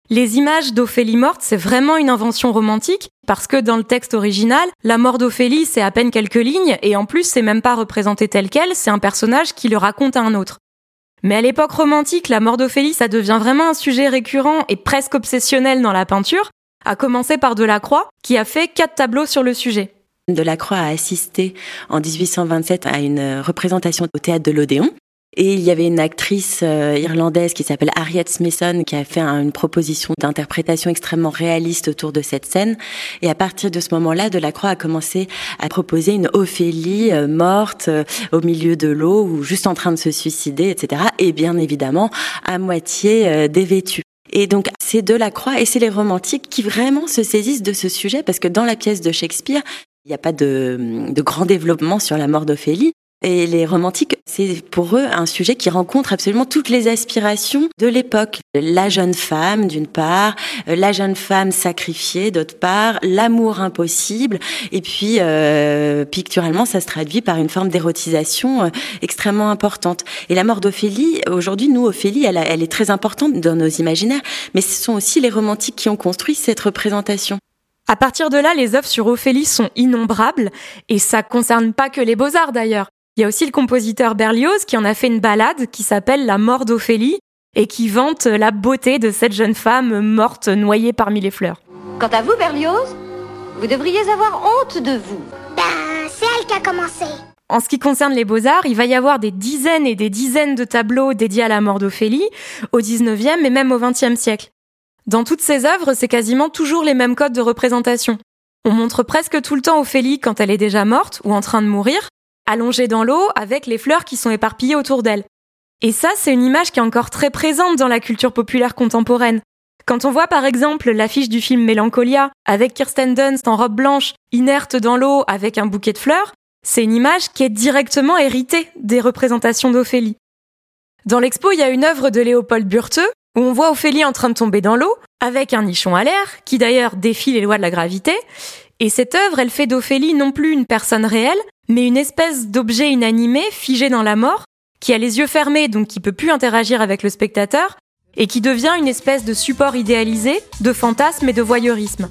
Les images d'Ophélie morte, c'est vraiment une invention romantique, parce que dans le texte original, la mort d'Ophélie, c'est à peine quelques lignes, et en plus, c'est même pas représenté tel quel, c'est un personnage qui le raconte à un autre. Mais à l'époque romantique, la mort d'Ophélie, ça devient vraiment un sujet récurrent et presque obsessionnel dans la peinture, à commencer par Delacroix, qui a fait 4 tableaux sur le sujet. Delacroix a assisté en 1827 à une représentation au théâtre de l'Odéon. Et il y avait une actrice irlandaise qui s'appelle Harriet Smithson qui a fait une proposition d'interprétation extrêmement réaliste autour de cette scène. Et à partir de ce moment-là, Delacroix a commencé à proposer une Ophélie morte au milieu de l'eau ou juste en train de se suicider, etc. Et bien évidemment, à moitié dévêtue. Et donc, c'est Delacroix et c'est les romantiques qui vraiment se saisissent de ce sujet parce que dans la pièce de Shakespeare, il n'y a pas de grand développement sur la mort d'Ophélie. Et les romantiques, c'est pour eux un sujet qui rencontre absolument toutes les aspirations de l'époque. La jeune femme, d'une part, la jeune femme sacrifiée, d'autre part, l'amour impossible. Et puis, picturalement, ça se traduit par une forme d'érotisation extrêmement importante. Et la mort d'Ophélie, aujourd'hui, nous, Ophélie, elle est très importante dans nos imaginaires. Mais ce sont aussi les romantiques qui ont construit cette représentation. À partir de là, les œuvres sur Ophélie sont innombrables. Et ça concerne pas que les beaux-arts, d'ailleurs. Il y a aussi le compositeur Berlioz qui en a fait une ballade qui s'appelle La mort d'Ophélie et qui vante la beauté de cette jeune femme morte noyée parmi les fleurs. Quant à vous, Berlioz, vous devriez avoir honte de vous. C'est elle qui a commencé. En ce qui concerne les beaux-arts, il va y avoir des dizaines et des dizaines de tableaux dédiés à la mort d'Ophélie au 19e et même au 20e siècle. Dans toutes ces œuvres, c'est quasiment toujours les mêmes codes de représentation. On montre presque tout le temps Ophélie quand elle est déjà morte ou en train de mourir, allongée dans l'eau avec les fleurs qui sont éparpillées autour d'elle. Et ça, c'est une image qui est encore très présente dans la culture populaire contemporaine. Quand on voit par exemple l'affiche du film Mélancolia, avec Kirsten Dunst en robe blanche, inerte dans l'eau avec un bouquet de fleurs, c'est une image qui est directement héritée des représentations d'Ophélie. Dans l'expo, il y a une œuvre de Léopold Burteux, où on voit Ophélie en train de tomber dans l'eau, avec un nichon à l'air, qui d'ailleurs défie les lois de la gravité. Et cette œuvre, elle fait d'Ophélie non plus une personne réelle, mais une espèce d'objet inanimé, figé dans la mort, qui a les yeux fermés, donc qui peut plus interagir avec le spectateur, et qui devient une espèce de support idéalisé, de fantasme et de voyeurisme.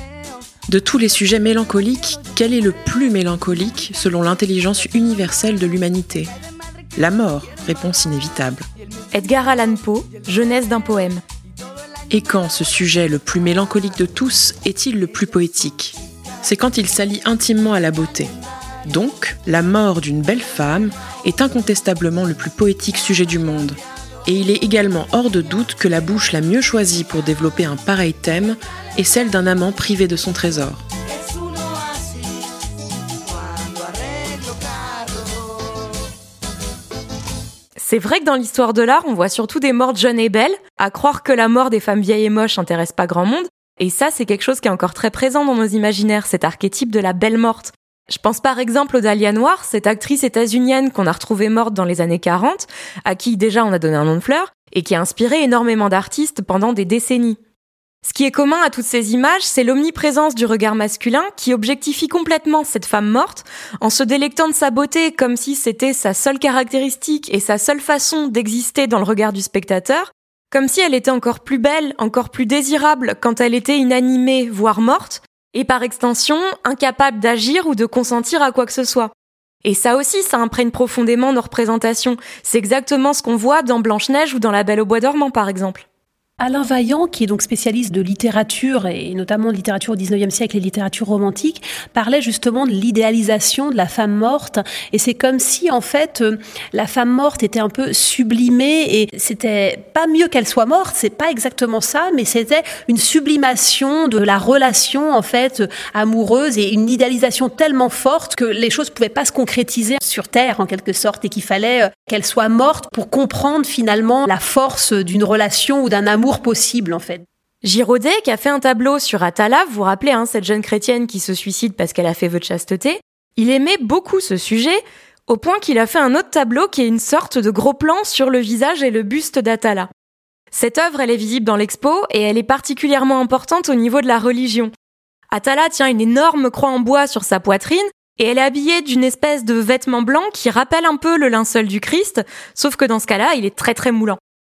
De tous les sujets mélancoliques, quel est le plus mélancolique selon l'intelligence universelle de l'humanité ? La mort, réponse inévitable. Edgar Allan Poe, Jeunesse d'un poème. Et quand ce sujet le plus mélancolique de tous est-il le plus poétique ? C'est quand il s'allie intimement à la beauté. Donc, la mort d'une belle femme est incontestablement le plus poétique sujet du monde. Et il est également hors de doute que la bouche la mieux choisie pour développer un pareil thème est celle d'un amant privé de son trésor. C'est vrai que dans l'histoire de l'art, on voit surtout des mortes jeunes et belles, à croire que la mort des femmes vieilles et moches n'intéresse pas grand monde, et ça c'est quelque chose qui est encore très présent dans nos imaginaires, cet archétype de la belle morte. Je pense par exemple aux Dahlia Noir, cette actrice états-unienne qu'on a retrouvée morte dans les années 40, à qui déjà on a donné un nom de fleur, et qui a inspiré énormément d'artistes pendant des décennies. Ce qui est commun à toutes ces images, c'est l'omniprésence du regard masculin qui objectifie complètement cette femme morte en se délectant de sa beauté comme si c'était sa seule caractéristique et sa seule façon d'exister dans le regard du spectateur, comme si elle était encore plus belle, encore plus désirable quand elle était inanimée, voire morte, et par extension, incapable d'agir ou de consentir à quoi que ce soit. Et ça aussi, ça imprègne profondément nos représentations. C'est exactement ce qu'on voit dans Blanche-Neige ou dans La Belle au bois dormant, par exemple. Alain Vaillant, qui est donc spécialiste de littérature, et notamment de littérature au XIXe siècle et littérature romantique, parlait justement de l'idéalisation de la femme morte. Et c'est comme si, en fait, la femme morte était un peu sublimée, et c'était pas mieux qu'elle soit morte, c'est pas exactement ça, mais c'était une sublimation de la relation, en fait, amoureuse, et une idéalisation tellement forte que les choses pouvaient pas se concrétiser sur Terre, en quelque sorte, et qu'il fallait qu'elle soit morte pour comprendre, finalement, la force d'une relation ou d'un amour possible, en fait. Girodet, qui a fait un tableau sur Atala, vous vous rappelez, cette jeune chrétienne qui se suicide parce qu'elle a fait vœu de chasteté, il aimait beaucoup ce sujet, au point qu'il a fait un autre tableau qui est une sorte de gros plan sur le visage et le buste d'Atala. Cette œuvre, elle est visible dans l'expo et elle est particulièrement importante au niveau de la religion. Atala tient une énorme croix en bois sur sa poitrine et elle est habillée d'une espèce de vêtement blanc qui rappelle un peu le linceul du Christ, sauf que dans ce cas-là, il est très très moulant.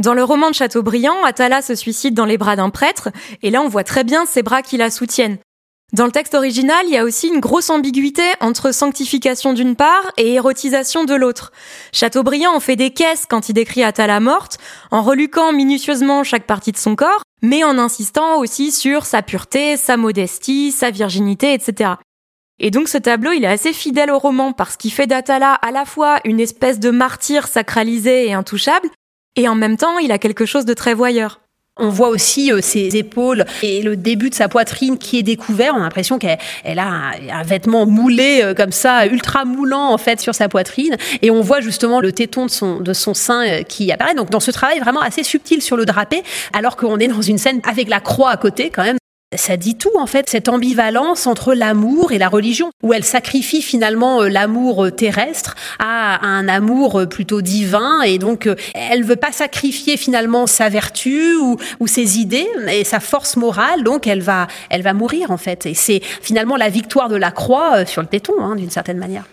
Dans le roman de Chateaubriand, Atala se suicide dans les bras d'un prêtre, et là on voit très bien ses bras qui la soutiennent. Dans le texte original, il y a aussi une grosse ambiguïté entre sanctification d'une part et érotisation de l'autre. Chateaubriand en fait des caisses quand il décrit Atala morte, en reluquant minutieusement chaque partie de son corps, mais en insistant aussi sur sa pureté, sa modestie, sa virginité, etc. Et donc ce tableau, il est assez fidèle au roman parce qu'il fait d'Atala à la fois une espèce de martyr sacralisé et intouchable, et en même temps, il a quelque chose de très voyeur. On voit aussi ses épaules et le début de sa poitrine qui est découvert. On a l'impression qu'elle a un vêtement moulé comme ça, ultra moulant en fait sur sa poitrine. Et on voit justement le téton de son sein qui apparaît. Donc dans ce travail vraiment assez subtil sur le drapé, alors qu'on est dans une scène avec la croix à côté quand même. Ça dit tout, en fait, cette ambivalence entre l'amour et la religion, où elle sacrifie finalement l'amour terrestre à un amour plutôt divin, et donc elle veut pas sacrifier finalement sa vertu ou ses idées et sa force morale, donc elle va mourir en fait. Et c'est finalement la victoire de la croix sur le téton, d'une certaine manière.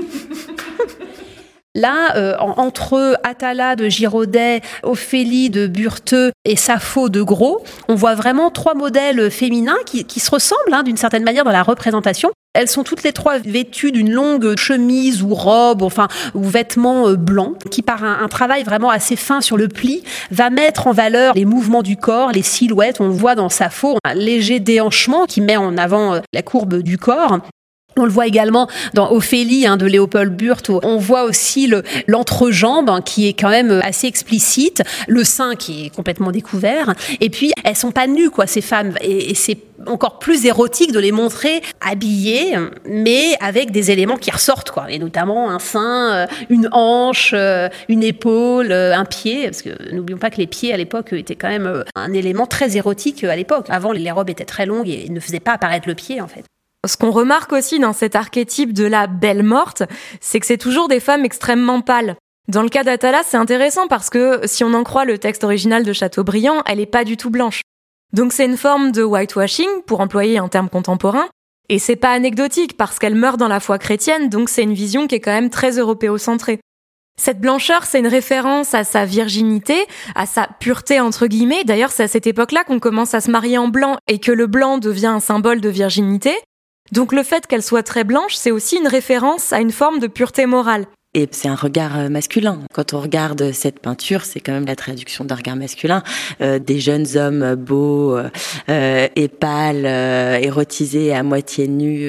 Là, entre Atala de Girodet, Ophélie de Burteux et Sappho de Gros, on voit vraiment 3 modèles féminins qui se ressemblent d'une certaine manière dans la représentation. Elles sont toutes les 3 vêtues d'une longue chemise ou robe, ou vêtements blancs, qui par un travail vraiment assez fin sur le pli, va mettre en valeur les mouvements du corps, les silhouettes. On voit dans Sappho un léger déhanchement qui met en avant la courbe du corps. On le voit également dans Ophélie de Léopold Burth. On voit aussi l'entrejambe qui est quand même assez explicite, le sein qui est complètement découvert. Et puis elles sont pas nues ces femmes. Et c'est encore plus érotique de les montrer habillées, mais avec des éléments qui ressortent Et notamment un sein, une hanche, une épaule, un pied. Parce que n'oublions pas que les pieds à l'époque étaient quand même un élément très érotique à l'époque. Avant, les robes étaient très longues et ne faisaient pas apparaître le pied en fait. Ce qu'on remarque aussi dans cet archétype de la belle morte, c'est que c'est toujours des femmes extrêmement pâles. Dans le cas d'Atala, c'est intéressant parce que, si on en croit le texte original de Chateaubriand, elle est pas du tout blanche. Donc c'est une forme de whitewashing, pour employer un terme contemporain, et c'est pas anecdotique parce qu'elle meurt dans la foi chrétienne, donc c'est une vision qui est quand même très européocentrée. Cette blancheur, c'est une référence à sa virginité, à sa pureté entre guillemets. D'ailleurs, c'est à cette époque-là qu'on commence à se marier en blanc et que le blanc devient un symbole de virginité. Donc le fait qu'elle soit très blanche, c'est aussi une référence à une forme de pureté morale. Et c'est un regard masculin. Quand on regarde cette peinture, c'est quand même la traduction d'un regard masculin. Des jeunes hommes beaux et pâles, érotisés, à moitié nus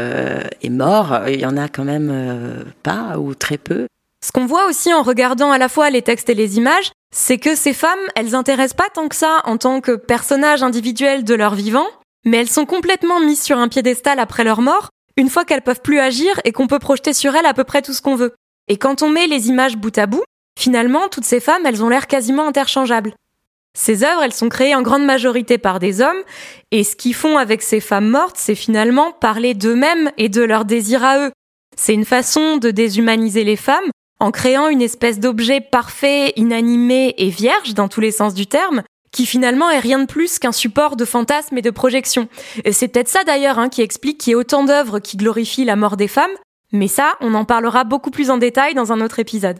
et morts, il y en a quand même pas ou très peu. Ce qu'on voit aussi en regardant à la fois les textes et les images, c'est que ces femmes, elles intéressent pas tant que ça en tant que personnages individuels de leur vivant, mais elles sont complètement mises sur un piédestal après leur mort, une fois qu'elles peuvent plus agir et qu'on peut projeter sur elles à peu près tout ce qu'on veut. Et quand on met les images bout à bout, finalement, toutes ces femmes, elles ont l'air quasiment interchangeables. Ces œuvres, elles sont créées en grande majorité par des hommes, et ce qu'ils font avec ces femmes mortes, c'est finalement parler d'eux-mêmes et de leurs désirs à eux. C'est une façon de déshumaniser les femmes, en créant une espèce d'objet parfait, inanimé et vierge, dans tous les sens du terme, qui finalement est rien de plus qu'un support de fantasmes et de projections. Et c'est peut-être ça d'ailleurs qui explique qu'il y ait autant d'œuvres qui glorifient la mort des femmes, mais ça, on en parlera beaucoup plus en détail dans un autre épisode.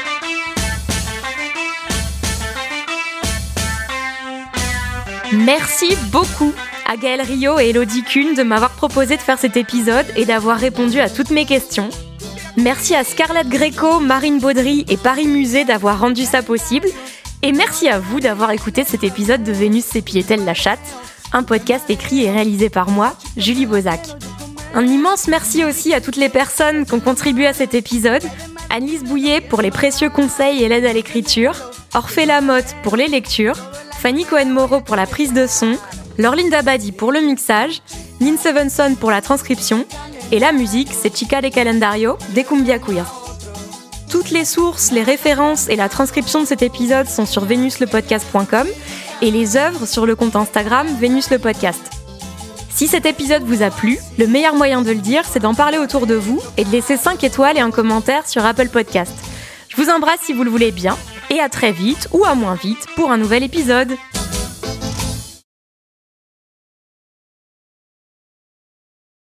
Merci beaucoup à Gaëlle Rio et Elodie Kuhn de m'avoir proposé de faire cet épisode et d'avoir répondu à toutes mes questions. Merci à Scarlett Greco, Marine Baudry et Paris Musée d'avoir rendu ça possible. Et merci à vous d'avoir écouté cet épisode de Vénus s'épiait-elle la chatte, un podcast écrit et réalisé par moi, Julie Bozac. Un immense merci aussi à toutes les personnes qui ont contribué à cet épisode. Annelise Bouillet pour les précieux conseils et l'aide à l'écriture, Orphée Lamotte pour les lectures, Fanny Cohen-Moreau pour la prise de son, Laureline Dabadi pour le mixage, Lynn Stevenson pour la transcription, et la musique, c'est Chica de Calendario, des Cumbia Queer. Toutes les sources, les références et la transcription de cet épisode sont sur venuslepodcast.com et les œuvres sur le compte Instagram Vénus le podcast. Si cet épisode vous a plu, le meilleur moyen de le dire, c'est d'en parler autour de vous et de laisser 5 étoiles et un commentaire sur Apple Podcast. Je vous embrasse si vous le voulez bien et à très vite ou à moins vite pour un nouvel épisode.